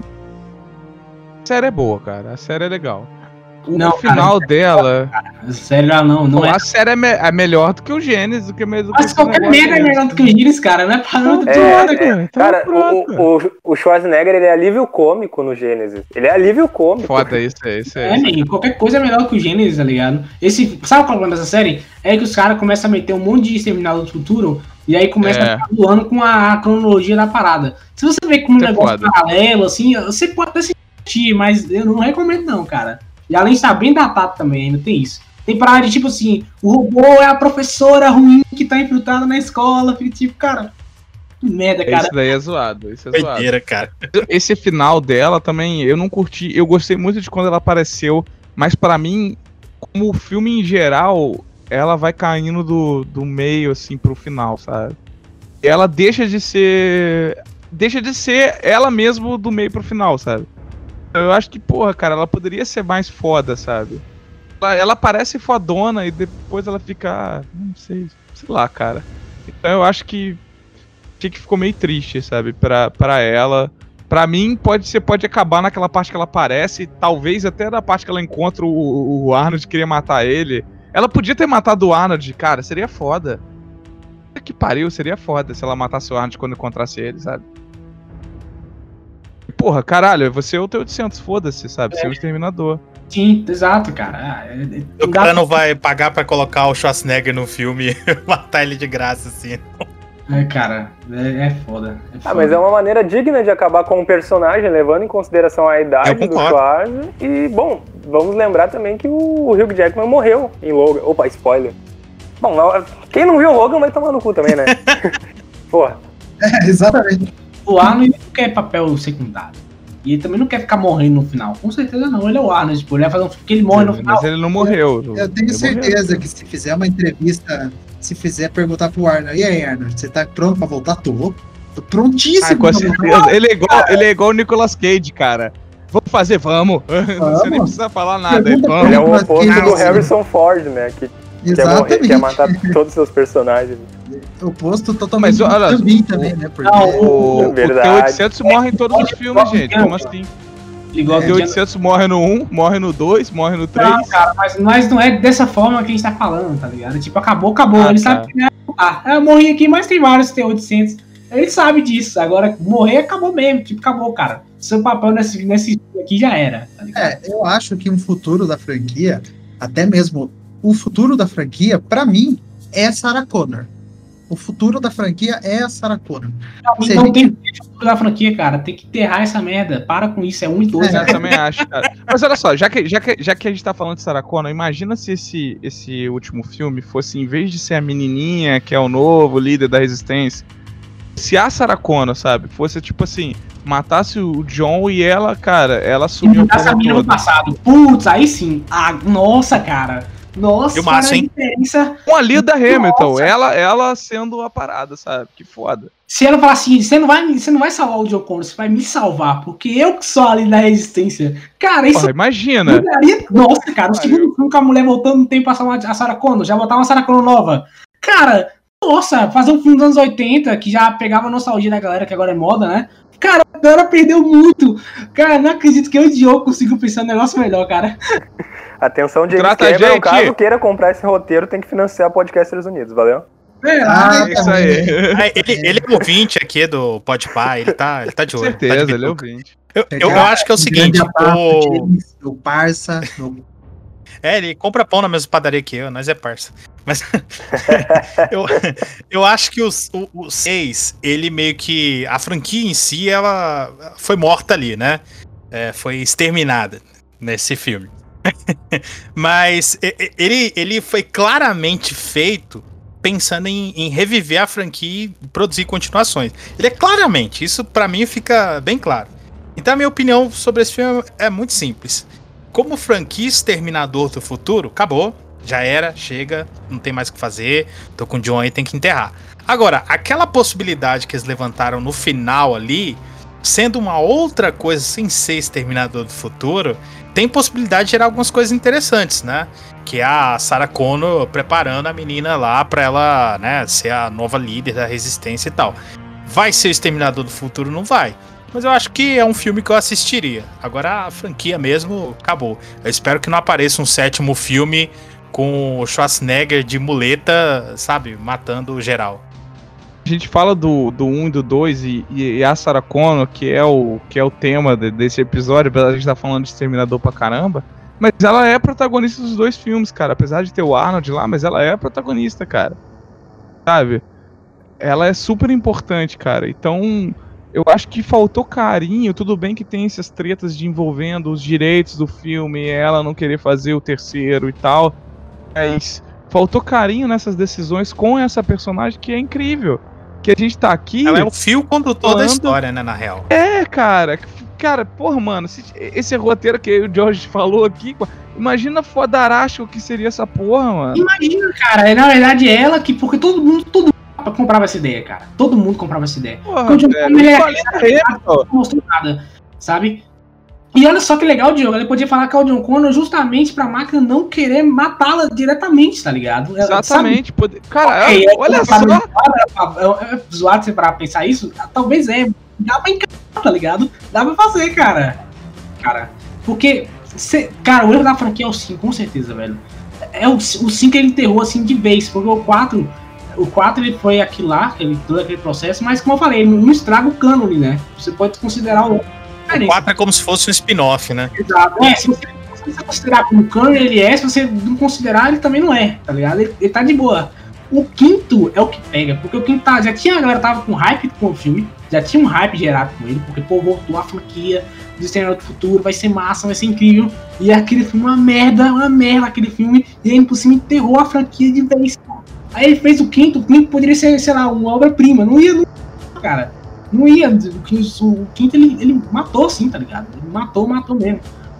A série é boa, cara. A série é legal. O não, final cara, dela... A série não, não Pô, é... A série é, me... é melhor do que o Gênesis, do que mesmo... Mas qualquer merda é melhor do que o Gênesis, cara. Não é parando é, de nada, é, cara. O, o, o Schwarzenegger, ele é alívio cômico no Gênesis. Ele é alívio cômico. Foda, isso é isso. É, é man, qualquer coisa é melhor que o Gênesis, tá ligado? Esse, sabe qual é o problema dessa série? É que os caras começam a meter um monte de Exterminador do Futuro e aí começa é. a ficar voando com a, a cronologia da parada. Se você vê como um negócio foda. Paralelo, assim, você pode até assistir, mas eu não recomendo não, cara. E além de estar bem datado também, ainda tem isso. Tem parada de tipo assim, o robô é a professora ruim que tá infiltrada na escola, fica tipo, cara, que merda, cara. Isso daí é zoado, isso é Doideira, zoado. Cara. Esse final dela também, eu não curti, eu gostei muito de quando ela apareceu, mas pra mim, como o filme em geral, ela vai caindo do, do meio, assim, pro final, sabe? Ela deixa de ser, deixa de ser ela mesmo do meio pro final, sabe? Eu acho que, porra, cara, ela poderia ser mais foda, sabe? Ela, ela parece fodona e depois ela fica... Não sei, sei lá, cara. Então eu acho que... Achei que ficou meio triste, sabe? Pra, pra ela. Pra mim, pode ser, pode acabar naquela parte que ela aparece, talvez até na parte que ela encontra o, o Arnold, queria matar ele. Ela podia ter matado o Arnold, cara, seria foda. Que pariu, seria foda se ela matasse o Arnold quando encontrasse ele, sabe? Porra, caralho, você é o T oitocentos, foda-se, sabe? É. Você é o Exterminador. Sim, exato, cara. Ah, é, é, o cara dá... não vai pagar pra colocar o Schwarzenegger no filme e matar ele de graça, assim. É, cara, é, é, foda, é foda. Ah, mas é uma maneira digna de acabar com um personagem, levando em consideração a idade do Schwarzenegger. E, bom, vamos lembrar também que o Hugh Jackman morreu em Logan. Opa, spoiler. Bom, quem não viu o Logan vai tomar no cu também, né? Porra. É, exatamente. O Arnold não quer papel secundário. E ele também não quer ficar morrendo no final. Com certeza não, ele é o Arnold. Tipo, ele vai fazer um filme que ele morre no final. Mas ele não morreu. Eu, eu tenho ele certeza morreu. que se fizer uma entrevista, se fizer perguntar pro Arnold, e aí, Arnold, você tá pronto pra voltar? Tô. Tô prontíssimo. Ah, com certeza. Ele é, igual, ele é igual o Nicolas Cage, cara. Vamos fazer, vamos. vamos. Você nem precisa falar nada. Ele, vamos. Ele é o oposto do Harrison Ford, né? Que Exatamente. Quer, quer matar todos os seus personagens. Oposto totalmente mas, olha, também, também, né? Porque não, o, o T oitocentos morre em todos os filmes, gente. Como assim? Igual o T oitocentos morre no um, morre no dois, morre no três. Não, cara, mas, mas não é dessa forma que a gente tá falando, tá ligado? Tipo, acabou, acabou. Ah, ele tá. sabe que vai voltar. Eu morri aqui, mas tem vários T oitocentos. Ele sabe disso. Agora, morrer acabou mesmo. Tipo, acabou, cara. Seu papel nesse, nesse aqui já era, tá ligado? É, eu acho que um futuro da franquia, até mesmo o futuro da franquia, pra mim, é Sarah Connor. o futuro da franquia é a Sarah Connor. Não, Se não gente... tem futuro da franquia, cara. Tem que enterrar essa merda. Para com isso, é um e dois. É, eu também acho, cara. Mas olha só, já que, já, que, já que a gente tá falando de Sarah Connor, imagina se esse, esse último filme fosse, em vez de ser a menininha, que é o novo líder da Resistência, se a Sarah Connor, sabe, fosse tipo assim, matasse o John e ela, cara, ela assumiu a porra toda. No passado. Putz, aí sim. Ah, nossa, cara. Nossa, eu maço, hein? Diferença. Com a Lida Hamilton, ela, ela sendo a parada, sabe? Que foda. Se ela falar assim, você não vai, você não vai salvar o John Connor, você vai me salvar, porque eu que sou ali da Resistência. Cara, isso. Porra, imagina. Mudaria... Nossa, cara, o segundo filme com a mulher voltando no tempo pra salvar a Sarah Connor, já botar uma Sarah Connor nova. Cara, nossa, fazer um filme dos anos oitenta que já pegava a nostalgia da galera, que agora é moda, né? Cara, a galera perdeu muito. Cara, não acredito que eu e o Diogo conseguiu pensar um negócio melhor, cara. Atenção, James Trata Cameron, gente. caso queira comprar esse roteiro, tem que financiar o Podcasters Unidos, valeu? É, Ah, É isso aí. Ah, ele, ele é ouvinte aqui do Podpah, ele tá, ele tá de Com olho. certeza, tá de ele é bituca. ouvinte. eu, eu, eu acho que é o seguinte, o... o parça, o... É, ele compra pão na mesma padaria que eu, nós é parça. Mas eu, eu acho que os, o, o seis, ele meio que... A franquia em si, ela foi morta ali, né? É, foi exterminada nesse filme. Mas ele, ele foi claramente feito pensando em, em reviver a franquia e produzir continuações. Ele é claramente, isso pra mim fica bem claro. Então a minha opinião sobre esse filme é muito simples. Como franquia Exterminador do Futuro, acabou, já era, chega, não tem mais o que fazer, tô com o John aí, tem que enterrar. Agora, aquela possibilidade que eles levantaram no final ali, sendo uma outra coisa sem ser Exterminador do Futuro, tem possibilidade de gerar algumas coisas interessantes, né? Que é a Sarah Connor preparando a menina lá pra ela, né, ser a nova líder da Resistência e tal. Vai ser o Exterminador do Futuro? Não vai. Mas eu acho que é um filme que eu assistiria. Agora a franquia mesmo acabou. Eu espero que não apareça um sétimo filme com o Schwarzenegger de muleta, sabe, matando geral. A gente fala do, do um e do dois e, e a Sarah Connor, que é o, que é o tema de, desse episódio, apesar de a gente tá falando de Exterminador pra caramba, mas ela é protagonista dos dois filmes, cara. Apesar de ter o Arnold lá, mas ela é a protagonista, cara. Sabe? Ela é super importante, cara. Então... eu acho que faltou carinho, tudo bem que tem essas tretas de envolvendo os direitos do filme, ela não querer fazer o terceiro e tal, mas faltou carinho nessas decisões com essa personagem que é incrível, que a gente tá aqui... ela é o fio condutor falando... da história, né, na real. É, cara, cara, porra, mano, esse roteiro que o George falou aqui, imagina fodaracho o que seria essa porra, mano. Imagina, cara, na verdade é ela que, porque todo mundo, todo mundo comprava essa ideia, cara. Todo mundo comprava essa ideia. Porra, porque o John Connor, ele é, ele não mostrou nada, sabe? E olha só que legal, Diogo, ele podia falar que é o John Connor justamente pra máquina não querer matá-la diretamente, tá ligado? Exatamente. Pode... Cara, okay, olha é, só. É, é zoado você parar pra pensar isso? Talvez é. Dá pra encarar, tá ligado? Dá pra fazer, cara. Cara, porque... Cê, cara, o erro da franquia é o cinco, com certeza, velho. É o, o cinco ele enterrou assim de vez, porque o quatro... O quatro ele foi aquilo lá, ele, todo aquele processo, mas como eu falei, ele não estraga o cânone, né? Você pode considerar o... O quatro é como se fosse um spin-off, né? Exato. É, se você, se você considerar como cânone, ele é, se você não considerar, ele também não é, tá ligado? Ele, ele tá de boa. O quinto é o que pega, porque o quinto tá, já tinha, a galera tava com hype com o filme, já tinha um hype gerado com ele, porque, pô, voltou a franquia do Exterminador do Futuro, vai ser massa, vai ser incrível, e aquele filme uma merda, uma merda aquele filme, e ele por cima enterrou a franquia de vez, cara. Aí ele fez o quinto, o quinto poderia ser, sei lá, uma obra-prima, não ia, não, cara, não ia, o, o quinto ele, ele matou sim, tá ligado? Ele matou, matou mesmo.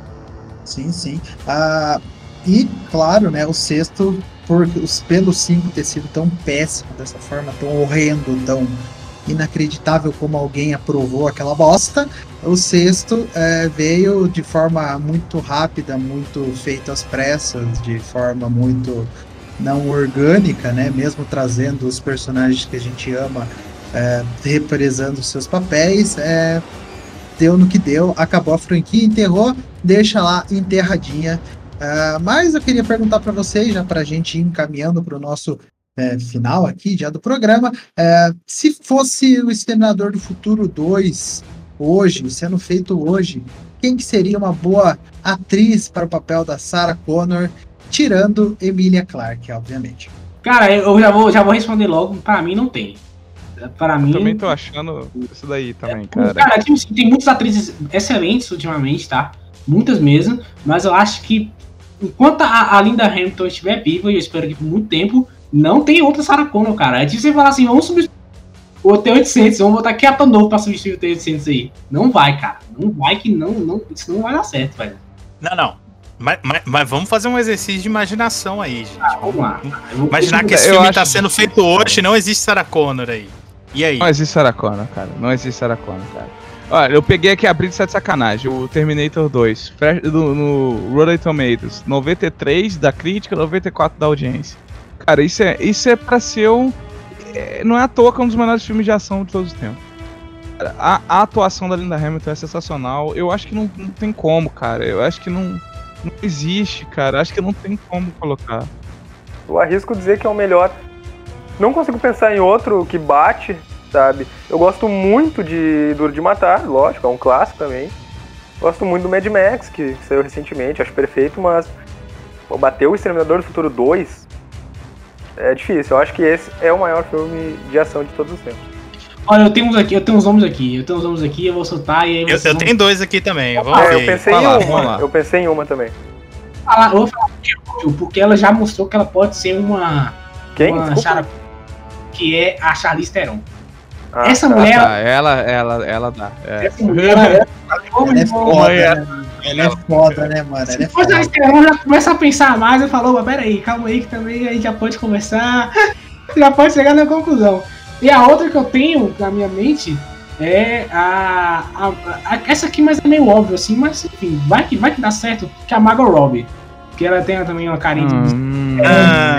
Sim, sim. Ah, e, claro, né, o sexto, por, os, pelo cinco ter sido tão péssimo, dessa forma, tão horrendo, tão inacreditável como alguém aprovou aquela bosta, o sexto é, veio de forma muito rápida, muito feito às pressas, de forma muito... não orgânica, né? Mesmo trazendo os personagens que a gente ama, é, represando seus papéis, é, deu no que deu, acabou a franquia, enterrou, deixa lá enterradinha. É, mas eu queria perguntar para vocês, já para a gente ir encaminhando para o nosso é, final aqui já do programa, é, se fosse o Exterminador do Futuro dois hoje, sendo feito hoje, quem que seria uma boa atriz para o papel da Sarah Connor? Tirando Emilia Clarke, obviamente. Cara, eu já vou, já vou responder logo. Pra mim, não tem. Pra mim... Eu também tô achando isso daí também, cara. Cara, tipo assim, tem muitas atrizes excelentes ultimamente, tá? Muitas mesmo. Mas eu acho que enquanto a, a Linda Hamilton estiver viva, e eu espero que por muito tempo, não tem outra Sarah Connor, cara. É tipo você falar assim, vamos substituir o T oitocentos, vamos botar aqui a novo pra substituir o T oitocentos aí. Não vai, cara. Não vai que não, não, isso não vai dar certo, velho. Não, não. Mas, mas, mas vamos fazer um exercício de imaginação aí, gente. Ah, vamos lá. Vou... Imaginar que esse eu filme acho... tá sendo feito hoje e não existe Sarah Connor aí. E aí? Não existe Sarah Connor, cara. Não existe Sarah Connor, cara. Olha, eu peguei aqui a brisa de sacanagem. O Terminator dois. No, no Rotten Tomatoes. noventa e três da crítica, noventa e quatro da audiência. Cara, isso é, isso é pra ser um... É, não é à toa que é um dos melhores filmes de ação de todos os tempos. A, a atuação da Linda Hamilton é sensacional. Eu acho que não, não tem como, cara. Eu acho que não, não existe, cara. Acho que não tem como colocar. Eu arrisco dizer que é o melhor. Não consigo pensar em outro que bate, sabe? Eu gosto muito de Duro de Matar, lógico, é um clássico também. Gosto muito do Mad Max, que saiu recentemente, acho perfeito, mas pô, bater o Exterminador do Futuro dois é difícil. Eu acho que esse é o maior filme de ação de todos os tempos. Olha, eu tenho uns aqui, eu tenho uns nomes aqui, eu tenho uns nomes aqui, eu vou soltar e aí Eu, eu vão... tenho dois aqui também, vamos É, ver. eu pensei Vai em lá, uma, vamos lá. eu pensei em uma também. falar, eu vou falar de Jojo, porque ela já mostrou que ela pode ser uma, Quem? uma Desculpa. Chara, que é a Charlize Theron. Ah, Essa tá. mulher, Tá, ela, ela, ela dá. É. essa mulher, ela, ela, Ela é foda, é. né, mano? Ela é foda, né, mano? Ela se é for a foda. Charlize Theron, já começa a pensar mais e falou, mas peraí, calma aí que também a gente já pode conversar, já pode chegar na conclusão. E a outra que eu tenho na minha mente é a, a, a essa aqui, mas é meio óbvio assim, mas enfim, vai que, vai que dá certo, que é a Margot Robbie, que ela tem também uma carinha de... Hum, Ah,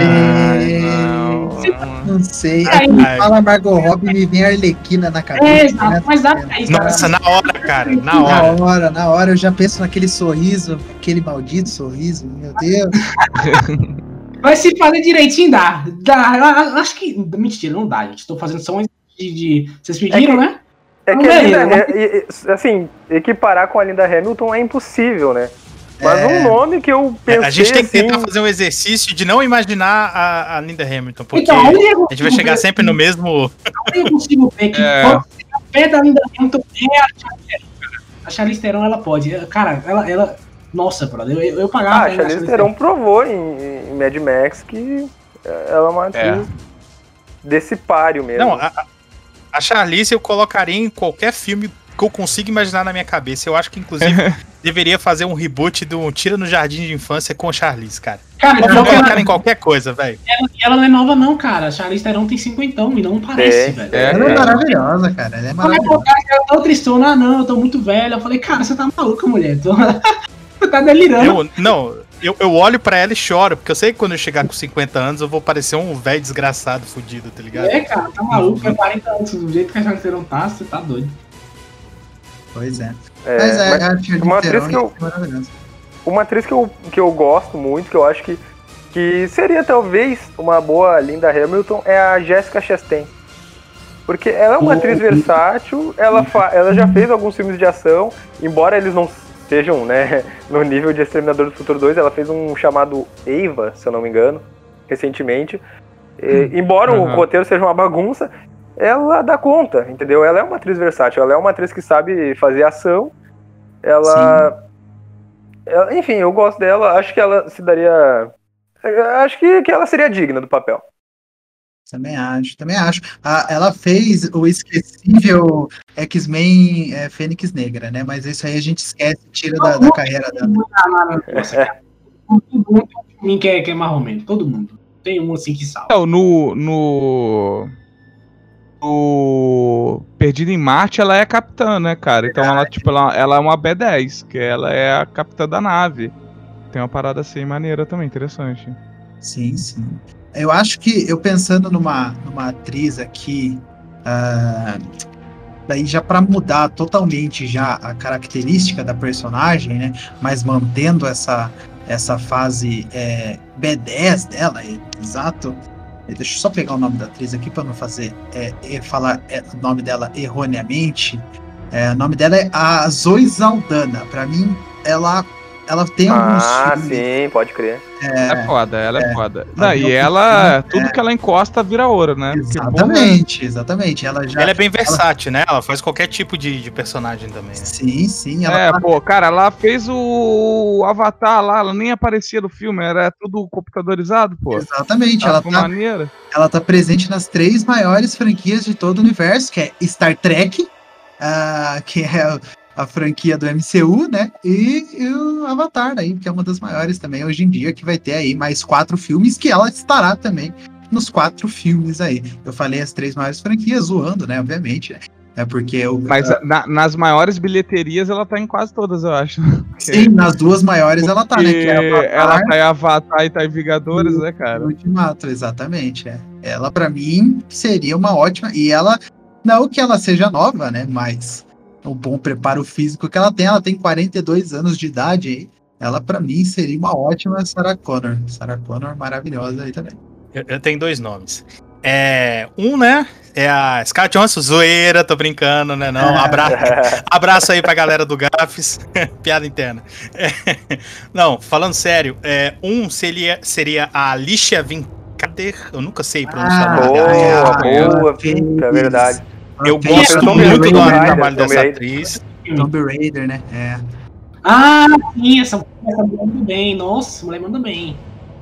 não, não. Não sei. Ai, Aí ai. fala Margot Robbie, me vem a Arlequina na cabeça. É, né? exato, mas dá pra isso. Nossa, na hora, cara, na Na hora. hora, na hora eu já penso naquele sorriso, aquele maldito sorriso, meu Deus. Mas se fazer direitinho, dá. dá. Eu, eu acho que. Mentira, não dá, gente. Tô fazendo só um de. de... Vocês pediram, né? É que Não a é, Linda, né? é- é- assim, equiparar com a Linda Hamilton é impossível, né? Mas É. um nome que eu pensei A gente tem que assim, tentar fazer um exercício de não imaginar a, a Linda Hamilton, porque Então, onde eu a gente vai chegar sempre no mesmo. Onde eu consigo ver que É. pode ser a pé da Linda Hamilton é a Charlize Theron, cara. A Charlize Theron, ela pode. Cara, ela. ela... Nossa, brother, eu, eu pagava. Ah, pra a ir na Charlize Theron provou em, em Mad Max que ela é uma atriz desse páreo mesmo. Não, a, a- a Charlize eu colocaria em qualquer filme que eu consiga imaginar na minha cabeça. Eu acho que, inclusive, deveria fazer um reboot do Tira no Jardim de Infância com a Charlize, cara. Cara, Pode pior que colocar ela, em qualquer coisa, velho. ela, ela não é nova, não, cara. A Charlize Theron tem cinquentão e não parece, É, velho. é. Ela é maravilhosa, cara. Ela é Como é que maravilhosa. o cara ela tá tristona? Ah, não, eu tô muito velha. Eu falei, cara, você tá maluca, mulher. Tô... Você tá delirando. Eu, não, eu, eu olho pra ela e choro, porque eu sei que quando eu chegar com cinquenta anos eu vou parecer um velho desgraçado, fudido, tá ligado? É, cara, tá maluco. É quarenta anos. Do jeito que a Charlize Theron tá, você tá doido. Pois é. É, Mas é, mas a Charlize uma atriz Theron que eu- é maravilhosa. uma atriz que eu, que eu gosto muito, que eu acho que, que seria talvez uma boa Linda Hamilton, é a Jessica Chastain. Porque ela é uma Oh. atriz versátil, ela, fa- ela já fez alguns filmes de ação, embora eles não sejam, né, no nível de Exterminador do Futuro dois, ela fez um chamado Eva, se eu não me engano, recentemente. E, embora Uhum. o roteiro seja uma bagunça, ela dá conta, entendeu? Ela é uma atriz versátil, ela é uma atriz que sabe fazer ação, ela... ela- enfim, eu gosto dela, acho que ela se daria... Acho que, que ela seria digna do papel. Também acho, também acho. Ah, ela fez o esquecível X-Men é, Fênix Negra, né? Mas isso aí a gente esquece e tira da, da carreira dela. Nossa, cara. Todo mundo tem um que é, que é marromeno. Todo mundo. Tem um assim que salva. Não, no, no. No. Perdido em Marte, ela é a capitã, né, cara? Então ela, tipo, ela, ela é uma B dez, que ela é a capitã da nave. Tem uma parada assim maneira também, interessante. Sim, sim. Eu acho que, eu pensando numa, numa atriz aqui, ah, daí já para mudar totalmente já a característica da personagem, né? Mas mantendo essa, essa fase é, B dez dela, é, exato. Deixa eu só pegar o nome da atriz aqui para não fazer é, é, falar é, o nome dela erroneamente. É, o nome dela é a Zoe Saldana. Para mim, ela ela tem alguns Ah, filmes. sim, pode crer. Ela é foda, ela é, é. foda. Ela Não, e tem ela, alguns tudo que ela encosta vira ouro, né? Porque, Exatamente, exatamente. Ela já. Ela é bem versátil, né? Ela faz qualquer tipo de, de personagem também, né? Sim, sim. porra, Ela é, tá- pô, cara, ela fez o Avatar lá, ela nem aparecia no filme, era tudo computadorizado, pô. Exatamente. Ela Ela ficou tá, maneira. ela tá presente nas três maiores franquias de todo o universo, que é Star Trek, ah, que é a franquia do M C U, né? E, e o Avatar, aí, que é uma das maiores também hoje em dia, que vai ter aí mais quatro filmes, que ela estará também nos quatro filmes aí. Eu falei as três maiores franquias, zoando, né? Obviamente, né? É porque o. Mas na- nas maiores bilheterias ela tá em quase todas, eu acho. Sim, nas duas maiores ela tá, né? Que é Porque Avatar, ela tá em Avatar e tá em Vingadores, né, cara? Ultimato, exatamente. É. Ela, pra mim, seria uma ótima. E ela, não que ela seja nova, né? Mas o bom preparo físico que ela tem, ela tem quarenta e dois anos de idade aí. Ela, pra mim, seria uma ótima Sarah Connor. Sarah Connor maravilhosa aí também. Eu, eu tenho dois nomes. É, um, né? É a Scarlett Johansson, zoeira, tô brincando, né? Não, abra... abraço aí pra galera do Gafes, piada interna. É, não, falando sério, é, um seria, seria a Alicia Vikander, eu nunca sei pronunciar Ah, o nome dela. Boa, é, boa, fez- é verdade. Eu fez gosto Tomb muito Raider, do Tomb Raider, trabalho Tomb dessa Raider. atriz. Tomb Raider, né? É. Ah, sim, essa, essa mulher manda bem. Nossa, essa mulher manda bem.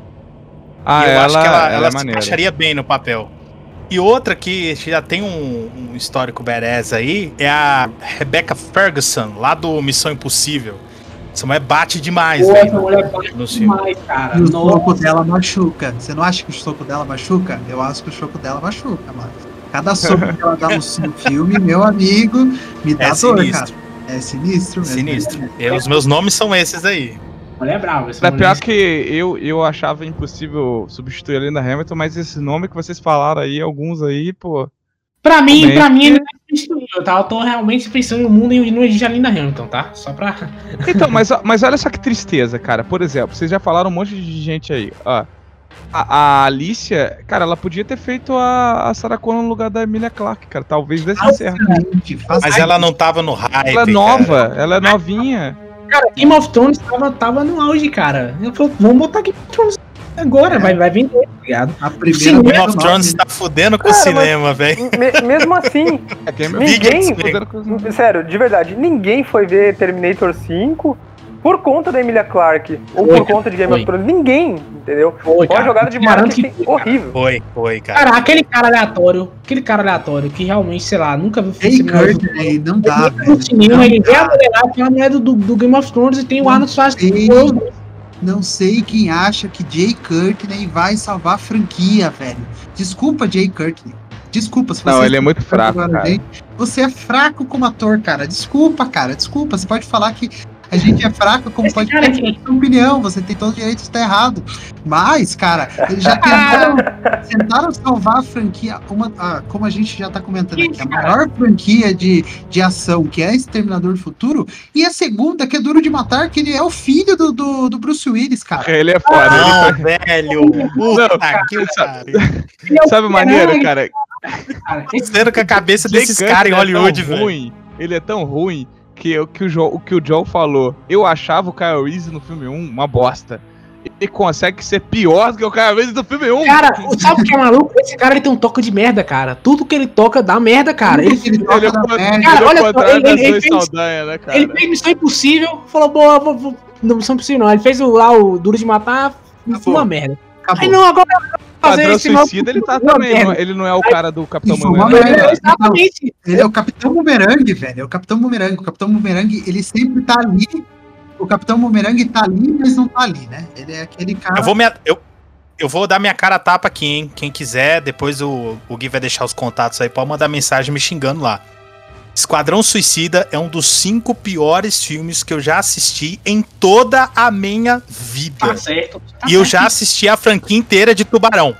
Ah, E eu ela, acho que ela, ela ela é se maneira. encaixaria bem no papel. E outra que já tem um, um histórico badass aí é a Rebecca Ferguson, lá do Missão Impossível. Essa mulher bate demais, Pô, essa velho. mulher bate no filme. demais, cara. E o soco Nossa. dela machuca. Você não acha que o soco dela machuca? Eu acho que o soco dela machuca, mano. Cada soco que ela dá no filme, meu amigo, me dá É dor, sinistro. cara. É sinistro mesmo. Sinistro. E os meus nomes são esses aí. Mulher brava. Essa É mulher. pior que eu, eu achava impossível substituir a Linda Hamilton, mas esse nome que vocês falaram aí, alguns aí, pô. Pra mim, Também. pra mim, ele é substituível, tá? Eu tô realmente pensando no mundo e no de Linda Hamilton, tá? Só pra. Então, mas, mas olha só que tristeza, cara. Por exemplo, vocês já falaram um monte de gente aí, ó. A, a Alicia, cara, ela podia ter feito a, a Sarah Connor no lugar da Emilia Clarke, cara. Talvez desse certo. Gente, faz- Mas ela não tava no hype. Ela é cara. nova, ela é novinha. Cara, Game of Thrones tava, tava no auge, cara. Eu falei, vamos botar Game of Thrones agora, É. vai, vai vender, tá ligado? A primeira Sim, Game of nova, Thrones né? tá fudendo com o Cara, cinema, velho. Me- mesmo assim, É Game Ninguém- Thrones. sério, de verdade, ninguém foi ver Terminator cinco por conta da Emilia Clarke. Ou Foi, por conta de Game foi. of Thrones. Ninguém, entendeu? Foi, Foi uma cara. jogada de Te garanto marketing que foi, cara. horrível. Foi, foi, cara. Cara, aquele cara aleatório, aquele cara aleatório que realmente, sei lá, nunca viu Jay Courtney, não dá, Ele velho. no cinema, Não ele vê a dá. mulher lá, tem a mulher do, do, do Game of Thrones e tem o Não Arnold sei. Schwarzenegger. Não sei quem acha que Jay Courtney vai salvar a franquia, velho. Desculpa, Jay Courtney. Desculpa se você. Não, ele é muito fraco, agora, cara. gente. Você é fraco como ator, cara. Desculpa, cara. Desculpa. Você pode falar que a gente é fraco como Esse pode cara ter aqui- sua opinião. Você tem todo o direito de estar errado. Mas, cara, eles já tentaram, tentaram salvar a franquia. Uma, ah, como a gente já tá comentando aqui, a maior franquia de, de ação, que é Exterminador do Futuro, e a segunda, que é Duro de Matar, que ele é o filho do, do, do Bruce Willis, cara. Ele é foda. Não, ele velho. Puta Não, que sabe- pariu. Sabe o maneiro, cara? Cara, esse- Sendo com a cabeça Jay desses Courtney caras em é Hollywood, tão velho. ruim, ele é tão ruim que o que o, Joe, o que o Joe falou, eu achava o Kyle Reese no filme um uma bosta. Ele consegue ser pior do que o Kyle Reese do filme um. Cara, sabe o que é maluco? Esse cara ele tem um toque de merda, cara. Tudo que ele toca dá merda, cara. Ele, Ele toca ele é da o merda. Cara, ele é o olha só, contrário ele- da ele Zoe fez- Saldanha, né, cara? ele fez Missão Impossível, falou, boa, vou, vou, não Missão Impossível não. Ele fez o, lá o Duro de Matar, foi Acabou. uma merda. Acabou. Aí não, agora eu vou fazer Padrão esse novo- Suicida, ele tá uma também, merda. não- ele não é o cara do Capitão Isso, uma Boomerang. merda. É, exatamente. Ele é o Capitão Boomerang, velho. É o Capitão Boomerang. O Capitão Boomerang, ele sempre tá ali. O Capitão Boomerang tá ali, mas não tá ali, né? Ele é aquele cara. Eu vou, me, eu, eu vou dar minha cara a tapa aqui, hein? Quem quiser, depois o, o Gui vai deixar os contatos aí, pode mandar mensagem me xingando lá. Esquadrão Suicida é um dos cinco piores filmes que eu já assisti em toda a minha vida. Tá certo. tá E eu certo. já assisti a franquia inteira de Tubarão.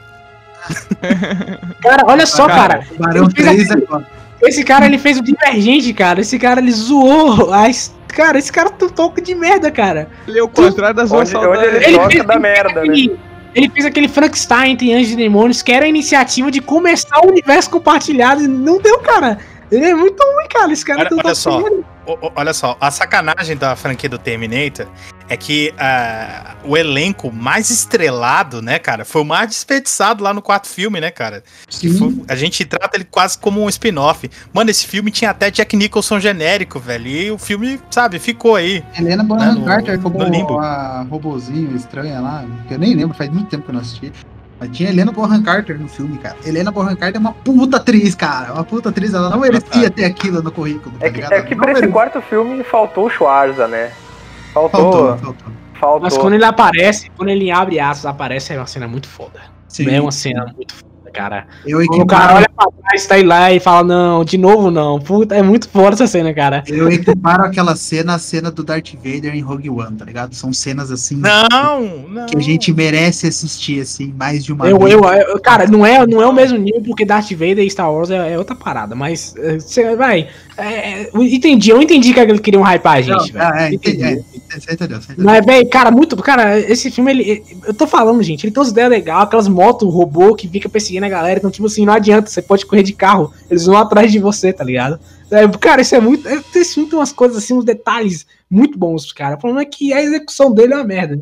Cara, olha só, cara. O Barão ele fez três é aquele- foda. Esse cara, ele fez o Divergente, cara. Esse cara, ele zoou. As... Cara, esse cara tem um toque de merda, cara. Ele é o contrário da Zoe Onde, onde Saldanha. ele, Ele toca fez, da ele fez merda, né? aquele, ele fez aquele Frankenstein entre Anjos e Demônios, que era a iniciativa de começar o universo compartilhado. E não deu, cara. Ele é muito ruim, cara. Esse cara Olha- tem um olha toque só. de merda. Olha só, a sacanagem da franquia do Terminator é que uh, o elenco mais estrelado, né, cara, foi o mais desperdiçado lá no quarto filme, né, cara? Foi, a gente trata ele quase como um spin-off. Mano, esse filme tinha até Jack Nicholson genérico, velho, e o filme, sabe, ficou aí. Helena Bonham né, Carter como a robozinho estranha lá, que eu nem lembro, faz muito tempo que eu não assisti. Mas tinha Helena Bonham Carter no filme, cara. Helena Bonham Carter é uma puta atriz, cara. Uma puta atriz. Ela não merecia ter aquilo no currículo. Tá é, que, é que pra esse quarto filme faltou o Schwarza, né? Faltou. Faltou, faltou. faltou. Mas quando ele aparece, quando ele abre asas, aparece, é uma cena muito foda. Sim. É uma cena muito foda, cara. Eu quando o cara olha pra trás, tá aí lá e fala, não, de novo não. Puta, é muito foda essa cena, cara. Eu equiparo aquela cena, a cena do Darth Vader em Rogue One, tá ligado? São cenas assim... Não, não. Que a gente merece assistir, assim, mais de uma eu, vez. Eu, eu, cara, não é, não é o mesmo nível, porque Darth Vader e Star Wars é, é outra parada, mas... Você vai... É, eu entendi, eu entendi que eles queriam hypar a gente, velho. Ah, é, entendi. É, você entendeu, você entendeu. Mas, velho, cara, muito... Cara, esse filme, ele... Eu tô falando, gente, ele tem umas ideias legais, aquelas motos robô que fica perseguindo a galera, então, tipo assim, não adianta, você pode correr de carro, eles vão atrás de você, tá ligado? É, cara, isso é muito... Esse filme tem umas coisas assim, uns detalhes muito bons, cara. O problema é que a execução dele é uma merda.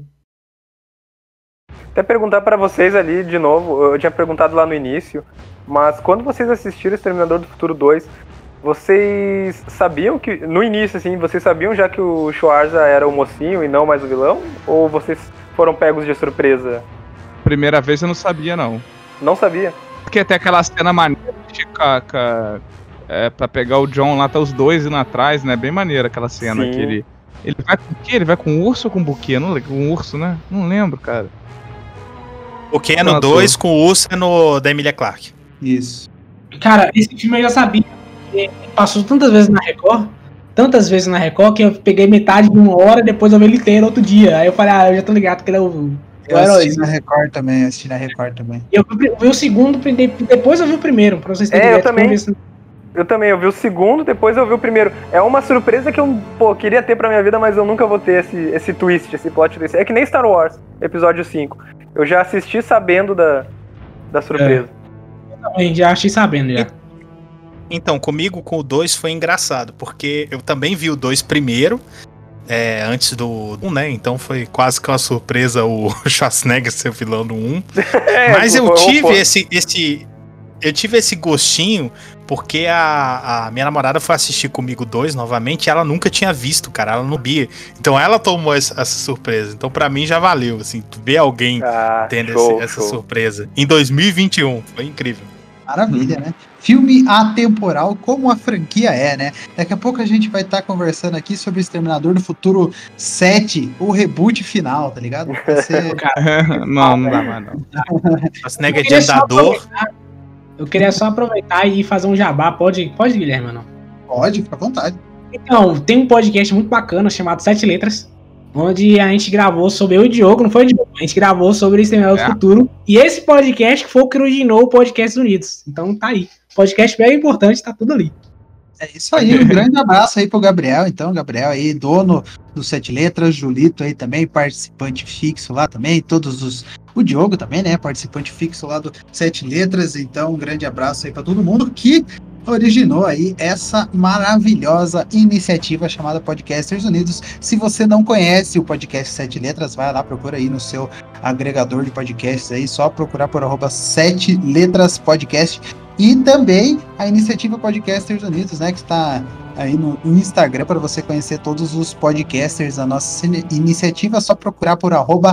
Até perguntar pra vocês ali, de novo, eu tinha perguntado lá no início, mas quando vocês assistiram Exterminador do Futuro dois, vocês sabiam que, no início, assim, vocês sabiam já que o Schwarza era o mocinho e não mais o vilão? Ou vocês foram pegos de surpresa? Primeira vez eu não sabia, não. Não sabia? Porque tem aquela cena maneira de caca, é, pra pegar o John lá, tá os dois indo atrás, né? Bem maneira aquela cena. Sim. Que ele, ele vai com o quê? Ele vai com urso ou com buquê? Não, com um urso, né? Não lembro, cara. O que é no dois, com o urso é no da Emilia Clarke. Isso. Cara, esse filme eu já sabia. Passou tantas vezes na Record, tantas vezes na Record, que eu peguei metade de uma hora e depois eu vi ele inteiro outro dia. Aí eu falei, ah, eu já tô ligado que ele é o, eu o herói. assisti na Record também, assisti na Record também. Eu vi, eu vi o segundo, depois eu vi o primeiro, pra vocês terem É, ideia, eu também. Se... Eu também, eu vi o segundo, depois eu vi o primeiro. É uma surpresa que eu, pô, queria ter pra minha vida, mas eu nunca vou ter esse, esse twist, esse plot twist. É que nem Star Wars, episódio cinco. Eu já assisti sabendo da, da surpresa. É. Eu também já achei sabendo, já. Então, comigo com o dois foi engraçado, porque eu também vi o dois primeiro, é, antes do um, né? Então foi quase que uma surpresa o Schwarzenegger ser vilão no um. É, mas eu tive esse, esse, eu tive esse gostinho porque a, a minha namorada foi assistir comigo dois novamente e ela nunca tinha visto, cara, ela não via. Então ela tomou essa, essa surpresa. Então pra mim já valeu, assim, ver alguém ah, tendo show, esse, essa show. surpresa. Em dois mil e vinte e um, foi incrível. Maravilha, né? Filme atemporal, como a franquia é, né? Daqui a pouco a gente vai estar tá conversando aqui sobre Exterminador do Futuro sete, o reboot final, tá ligado? Você... não, não dá mais, não. Schwarzenegger de andador. Eu queria só aproveitar e fazer um jabá. Pode, pode Guilherme, não? Pode, fica à vontade. Então, tem um podcast muito bacana chamado Sete Letras, onde a gente gravou sobre eu e o Diogo, não foi o Diogo, a gente gravou sobre Exterminador do é. Futuro. E esse podcast foi o que originou o Podcast Unidos. Então tá aí. Podcast bem importante, tá tudo ali. É isso aí, um grande abraço aí pro Gabriel, então, Gabriel aí, dono do Sete Letras, Julito aí também, participante fixo lá também, todos os... O Diogo também, né, participante fixo lá do Sete Letras, então um grande abraço aí pra todo mundo que originou aí essa maravilhosa iniciativa chamada Podcasters Unidos. Se você não conhece o podcast Sete Letras, vai lá, procura aí no seu agregador de podcasts aí, só procurar por arroba Sete Letras Podcast. E também a iniciativa Podcasters Unidos, né, que está aí no Instagram para você conhecer todos os podcasters da nossa iniciativa, é só procurar por arroba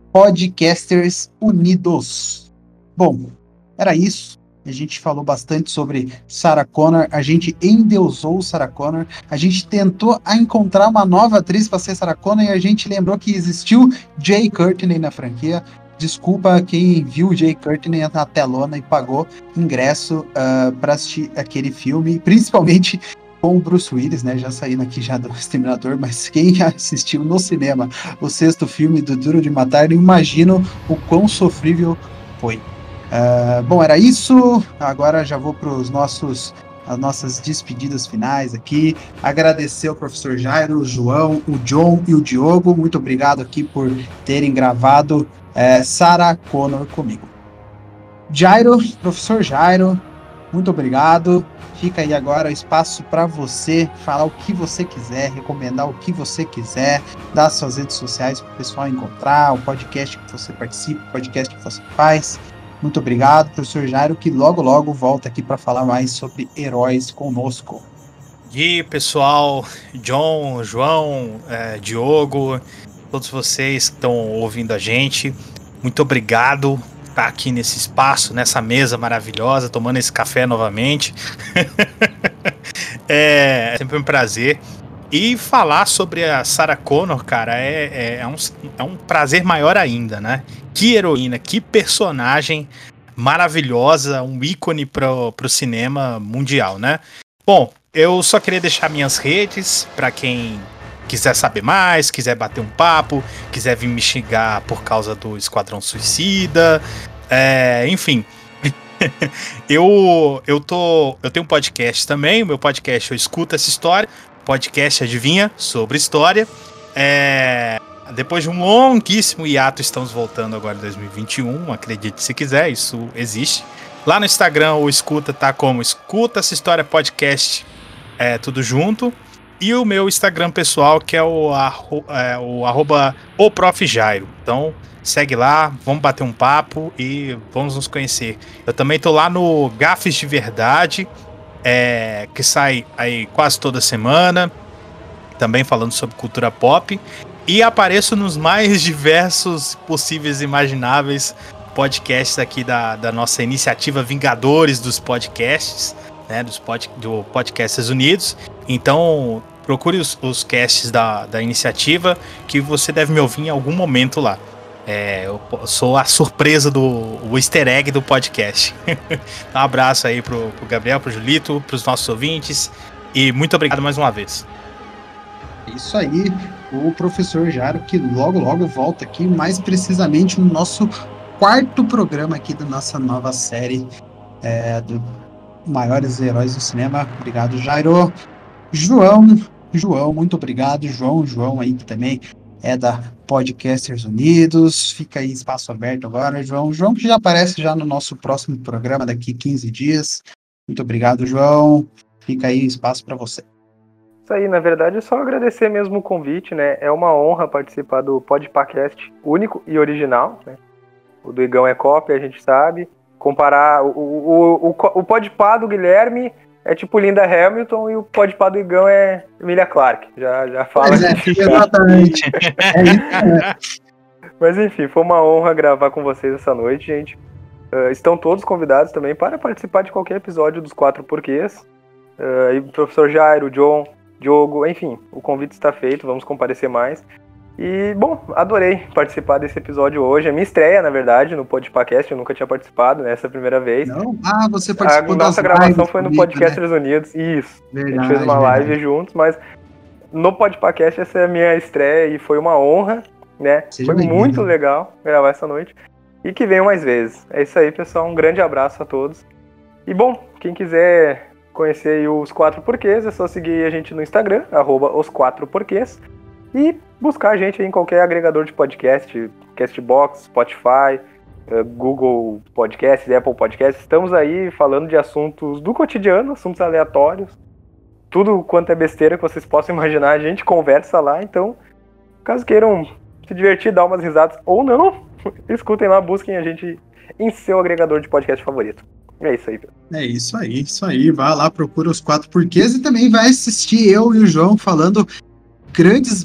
Podcasters Unidos. Bom, era isso. A gente falou bastante sobre Sarah Connor, a gente endeusou Sarah Connor, a gente tentou encontrar uma nova atriz para ser Sarah Connor e a gente lembrou que existiu Jay Courtney na franquia. Desculpa quem viu o Jay Courtney na telona e pagou ingresso uh, para assistir aquele filme, principalmente com o Bruce Willis, né? Já saindo aqui já do Exterminador, mas quem já assistiu no cinema o sexto filme do Duro de Matar, eu imagino o quão sofrível foi. Uh, bom, era isso. Agora já vou para os nossos as nossas despedidas finais aqui. Agradecer ao professor Jairo, o João, o John e o Diogo. Muito obrigado aqui por terem gravado É, Sarah Connor comigo. Jairo, professor Jairo, muito obrigado. fica aí agora o espaço para você falar o que você quiser, recomendar o que você quiser, dar suas redes sociais para o pessoal encontrar, o podcast que você participa, o podcast que você faz. Muito obrigado, professor Jairo, que logo, logo volta aqui para falar mais sobre heróis conosco. E pessoal, John, João, é, Diogo, todos vocês que estão ouvindo a gente, muito obrigado por estar aqui nesse espaço, nessa mesa maravilhosa, tomando esse café novamente. É sempre um prazer. E falar sobre a Sarah Connor, cara, é, é, é, um, é um prazer maior ainda, né? Que heroína, que personagem maravilhosa, um ícone pro, pro cinema mundial, né? Bom, eu só queria deixar minhas redes para quem quiser saber mais, quiser bater um papo, quiser vir me xingar por causa do Esquadrão Suicida, é, enfim. eu, eu, tô, eu tenho um podcast também, o meu podcast Eu Escuto Essa História, podcast Adivinha sobre História. É, depois de um longuíssimo hiato, estamos voltando agora em dois mil e vinte e um, acredite se quiser, isso existe. Lá no Instagram, o Escuta tá como Escuta Essa História Podcast, é, tudo junto. E o meu Instagram pessoal, que é o, arro, é, o arroba o Prof Jairo. Então, segue lá, vamos bater um papo e vamos nos conhecer. Eu também tô lá no Gafes de Verdade, é, que sai aí quase toda semana, também falando sobre cultura pop. E apareço nos mais diversos possíveis e imagináveis podcasts aqui da, da nossa iniciativa Vingadores dos Podcasts, né, dos pod, do Podcasts Unidos. Então, procure os, os casts da, da iniciativa, que você deve me ouvir em algum momento lá. É, eu sou a surpresa do o easter egg do podcast. Um abraço aí pro, pro Gabriel, pro Julito, pros nossos ouvintes, e muito obrigado mais uma vez. Isso aí, o professor Jairo, que logo, logo volta aqui, mais precisamente no nosso quarto programa aqui da nossa nova série é, do Maiores Heróis do Cinema. Obrigado, Jairo. João, João, muito obrigado. João, João aí que também é da Podcasters Unidos. Fica aí espaço aberto agora, João. João que já aparece já no nosso próximo programa daqui quinze dias. Muito obrigado, João. Fica aí espaço para você. Isso aí, na verdade é só agradecer mesmo o convite, né? É uma honra participar do podcast único e original, né? O do Igão é cópia, a gente sabe. Comparar o, o, o, o podpá do Guilherme é tipo Linda Hamilton e o podpá do Igão é Emilia Clarke. Já, já fala. É, exatamente. É isso, é. Mas enfim, foi uma honra gravar com vocês essa noite, gente. Uh, estão todos convidados também para participar de qualquer episódio dos Quatro Porquês. Uh, e o professor Jairo, John, Diogo, enfim, o convite está feito, vamos comparecer mais. E, bom, adorei participar desse episódio hoje. É minha estreia, na verdade, no Podpacast. Eu nunca tinha participado nessa primeira vez. Não? Ah, você participou A das nossa gravação lives foi no comigo, Podcasters né? Unidos. Isso. Verdade, a gente fez uma live verdade. juntos, mas no Podpacast essa é a minha estreia e foi uma honra, né? Seja foi bem-vindo. muito legal gravar essa noite. E que venham mais vezes. É isso aí, pessoal. Um grande abraço a todos. E, bom, quem quiser conhecer aí os Quatro Porquês, é só seguir a gente no Instagram, arroba os Quatro Porquês. E buscar a gente aí em qualquer agregador de podcast, Castbox, Spotify, Google Podcasts, Apple Podcasts. Estamos aí falando de assuntos do cotidiano, assuntos aleatórios. Tudo quanto é besteira que vocês possam imaginar, a gente conversa lá. Então, caso queiram se divertir, dar umas risadas ou não, escutem lá, busquem a gente em seu agregador de podcast favorito. É isso aí, Pedro. É isso aí, isso aí. Vai lá, procura os Quatro Porquês e também vai assistir eu e o João falando grandes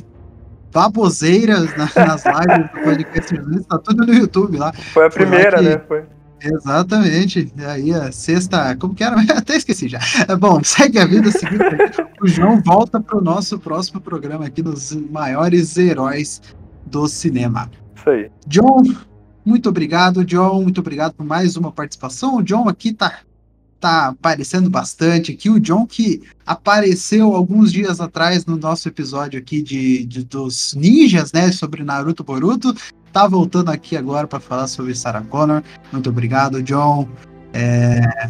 baboseiras na, nas lives do podcast. Tá tudo no YouTube lá. Foi a Foi primeira, que... né? Foi. Exatamente. E aí a sexta, como que era? Até esqueci já. Bom, segue a vida seguinte. O João volta pro nosso próximo programa aqui dos Maiores Heróis do Cinema. Isso aí. John, muito obrigado, John. Muito obrigado por mais uma participação. O John aqui tá tá aparecendo bastante aqui, o John que apareceu alguns dias atrás no nosso episódio aqui de, de dos ninjas, né, sobre Naruto Boruto, tá voltando aqui agora para falar sobre Sarah Connor. Muito obrigado, John. É...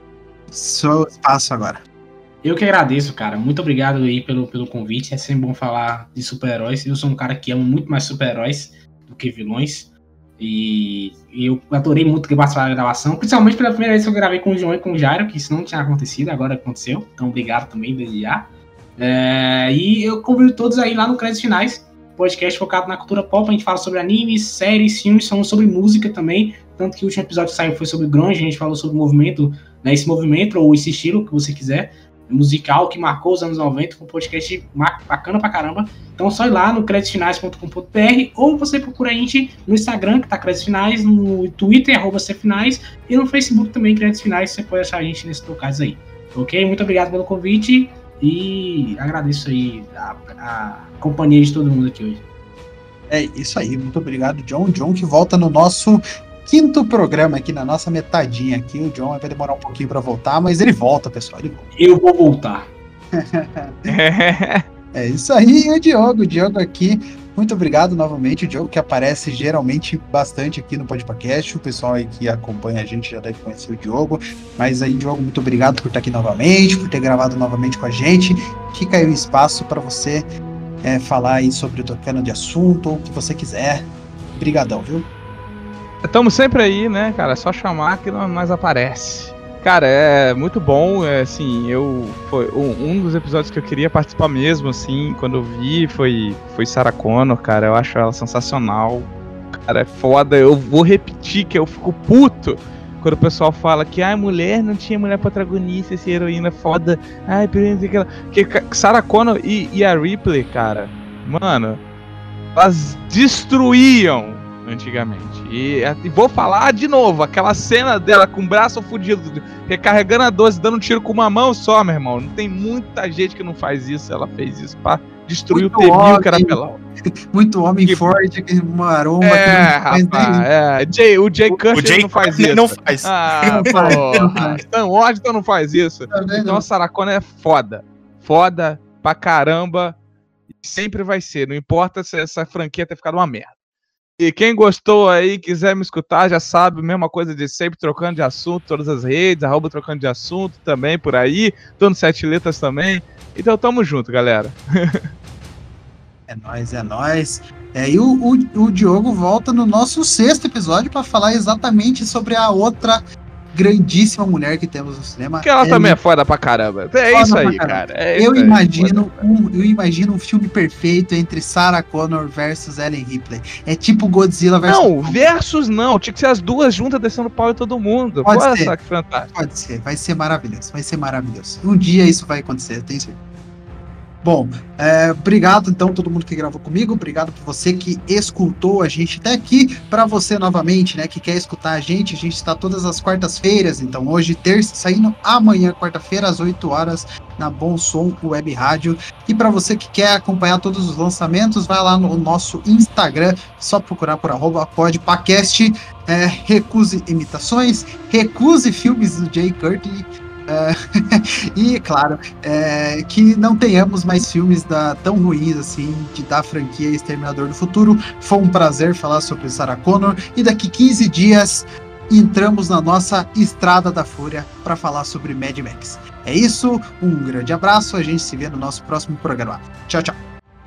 Seu espaço agora. Eu que agradeço, cara. Muito obrigado aí pelo, pelo convite. É sempre bom falar de super-heróis. Eu sou um cara que ama muito mais super-heróis do que vilões. E, e eu adorei muito que participar da gravação, principalmente pela primeira vez que eu gravei com o João e com o Jairo, que isso não tinha acontecido, agora aconteceu. Então, obrigado também, desde já. É, e eu convido todos aí lá no Créditos Finais, podcast focado na cultura pop. A gente fala sobre animes, séries, filmes, falamos sobre música também. Tanto que o último episódio que saiu foi sobre grunge, a gente falou sobre o movimento, né, esse movimento ou esse estilo que você quiser, musical que marcou os anos noventa, com um podcast bacana pra caramba. Então só ir lá no créditos finais ponto com ponto b r ou você procura a gente no Instagram, que tá Créditos Finais, no Twitter, arroba Cfinais, e no Facebook também, Créditos Finais, você pode achar a gente nesses locais aí. Ok? Muito obrigado pelo convite e agradeço aí a, a companhia de todo mundo aqui hoje. É isso aí, muito obrigado, John. John que volta no nosso quinto programa aqui, na nossa metadinha aqui. O John vai demorar um pouquinho pra voltar, mas ele volta, pessoal. Ele volta. Eu vou voltar. É isso aí, e o Diogo, o Diogo aqui. Muito obrigado novamente, o Diogo que aparece geralmente bastante aqui no podcast. O pessoal aí que acompanha a gente já deve conhecer o Diogo. Mas aí, Diogo, muito obrigado por estar aqui novamente, por ter gravado novamente com a gente. Fica aí o espaço para você é, falar aí sobre o Tocando de Assunto, ou o que você quiser. Obrigadão, viu? Estamos sempre aí, né, cara? É só chamar que não mais aparece. Cara, é muito bom, é, assim, eu... Foi um, um dos episódios que eu queria participar mesmo, assim, quando eu vi, foi, foi Sarah Connor, cara. Eu acho ela sensacional. Cara, é foda. Eu vou repetir que eu fico puto quando o pessoal fala que, ai, mulher, não tinha mulher protagonista, essa heroína foda. Ai, aquela... que Sarah Connor e, e a Ripley, cara, mano, elas destruíam antigamente. E, e vou falar de novo, aquela cena dela com o braço fudido, recarregando a doze, dando um tiro com uma mão só, meu irmão. Não tem muita gente que não faz isso. Ela fez isso pra destruir muito o T mil, que era pelão. Muito homem que, forte, que maromba, é, que não faz rapaz, é. Jay, o Jay Custer não faz isso. Não faz. Ah, não faz, não faz. Então, Washington não faz isso. Tá então a Sarah Connor é foda. Foda pra caramba. Sempre vai ser. Não importa se essa franquia ter ficado uma merda. E quem gostou aí, quiser me escutar, já sabe, mesma coisa de sempre, Trocando de Assunto, todas as redes, arroba Trocando de Assunto também, por aí, tô no Sete Letras também. Então tamo junto, galera. É nóis, é nóis. É, e o, o, o Diogo volta no nosso sexto episódio para falar exatamente sobre a outra grandíssima mulher que temos no cinema. Que ela é também é foda pra caramba. É foda isso aí, cara. É eu, isso imagino aí. Um, eu imagino um filme perfeito entre Sarah Connor versus Ellen Ripley. É tipo Godzilla versus... Não, versus não. Tinha que ser as duas juntas descendo pau em todo mundo. Pode Olha ser. só que fantástico. Pode ser. Vai ser maravilhoso. Vai ser maravilhoso. Um dia isso vai acontecer, eu tenho certeza. Bom, é, obrigado então todo mundo que gravou comigo, obrigado por você que escutou a gente até aqui, para você novamente, né, que quer escutar a gente, a gente está todas as quartas-feiras, então hoje terça, saindo amanhã, quarta-feira, às oito horas, na Bom Som Web Rádio, e para você que quer acompanhar todos os lançamentos, vai lá no nosso Instagram, só procurar por arroba podpacast, é, recuse imitações, recuse filmes do Jay Courtney, Uh, e claro, é, que não tenhamos mais filmes da, tão ruins assim de, da franquia Exterminador do Futuro. Foi um prazer falar sobre Sarah Connor e daqui quinze dias entramos na nossa Estrada da Fúria para falar sobre Mad Max. É isso, um grande abraço, a gente se vê no nosso próximo programa. Tchau, tchau.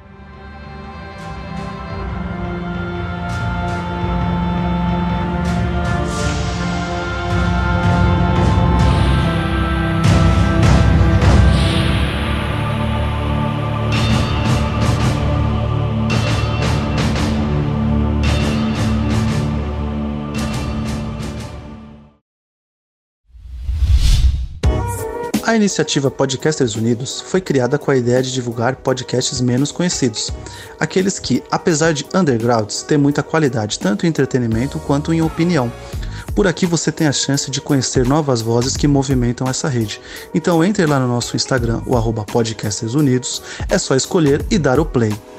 A iniciativa Podcasters Unidos foi criada com a ideia de divulgar podcasts menos conhecidos, aqueles que, apesar de undergrounds, têm muita qualidade tanto em entretenimento quanto em opinião. Por aqui você tem a chance de conhecer novas vozes que movimentam essa rede. Então entre lá no nosso Instagram, o arroba Podcasters Unidos, é só escolher e dar o play.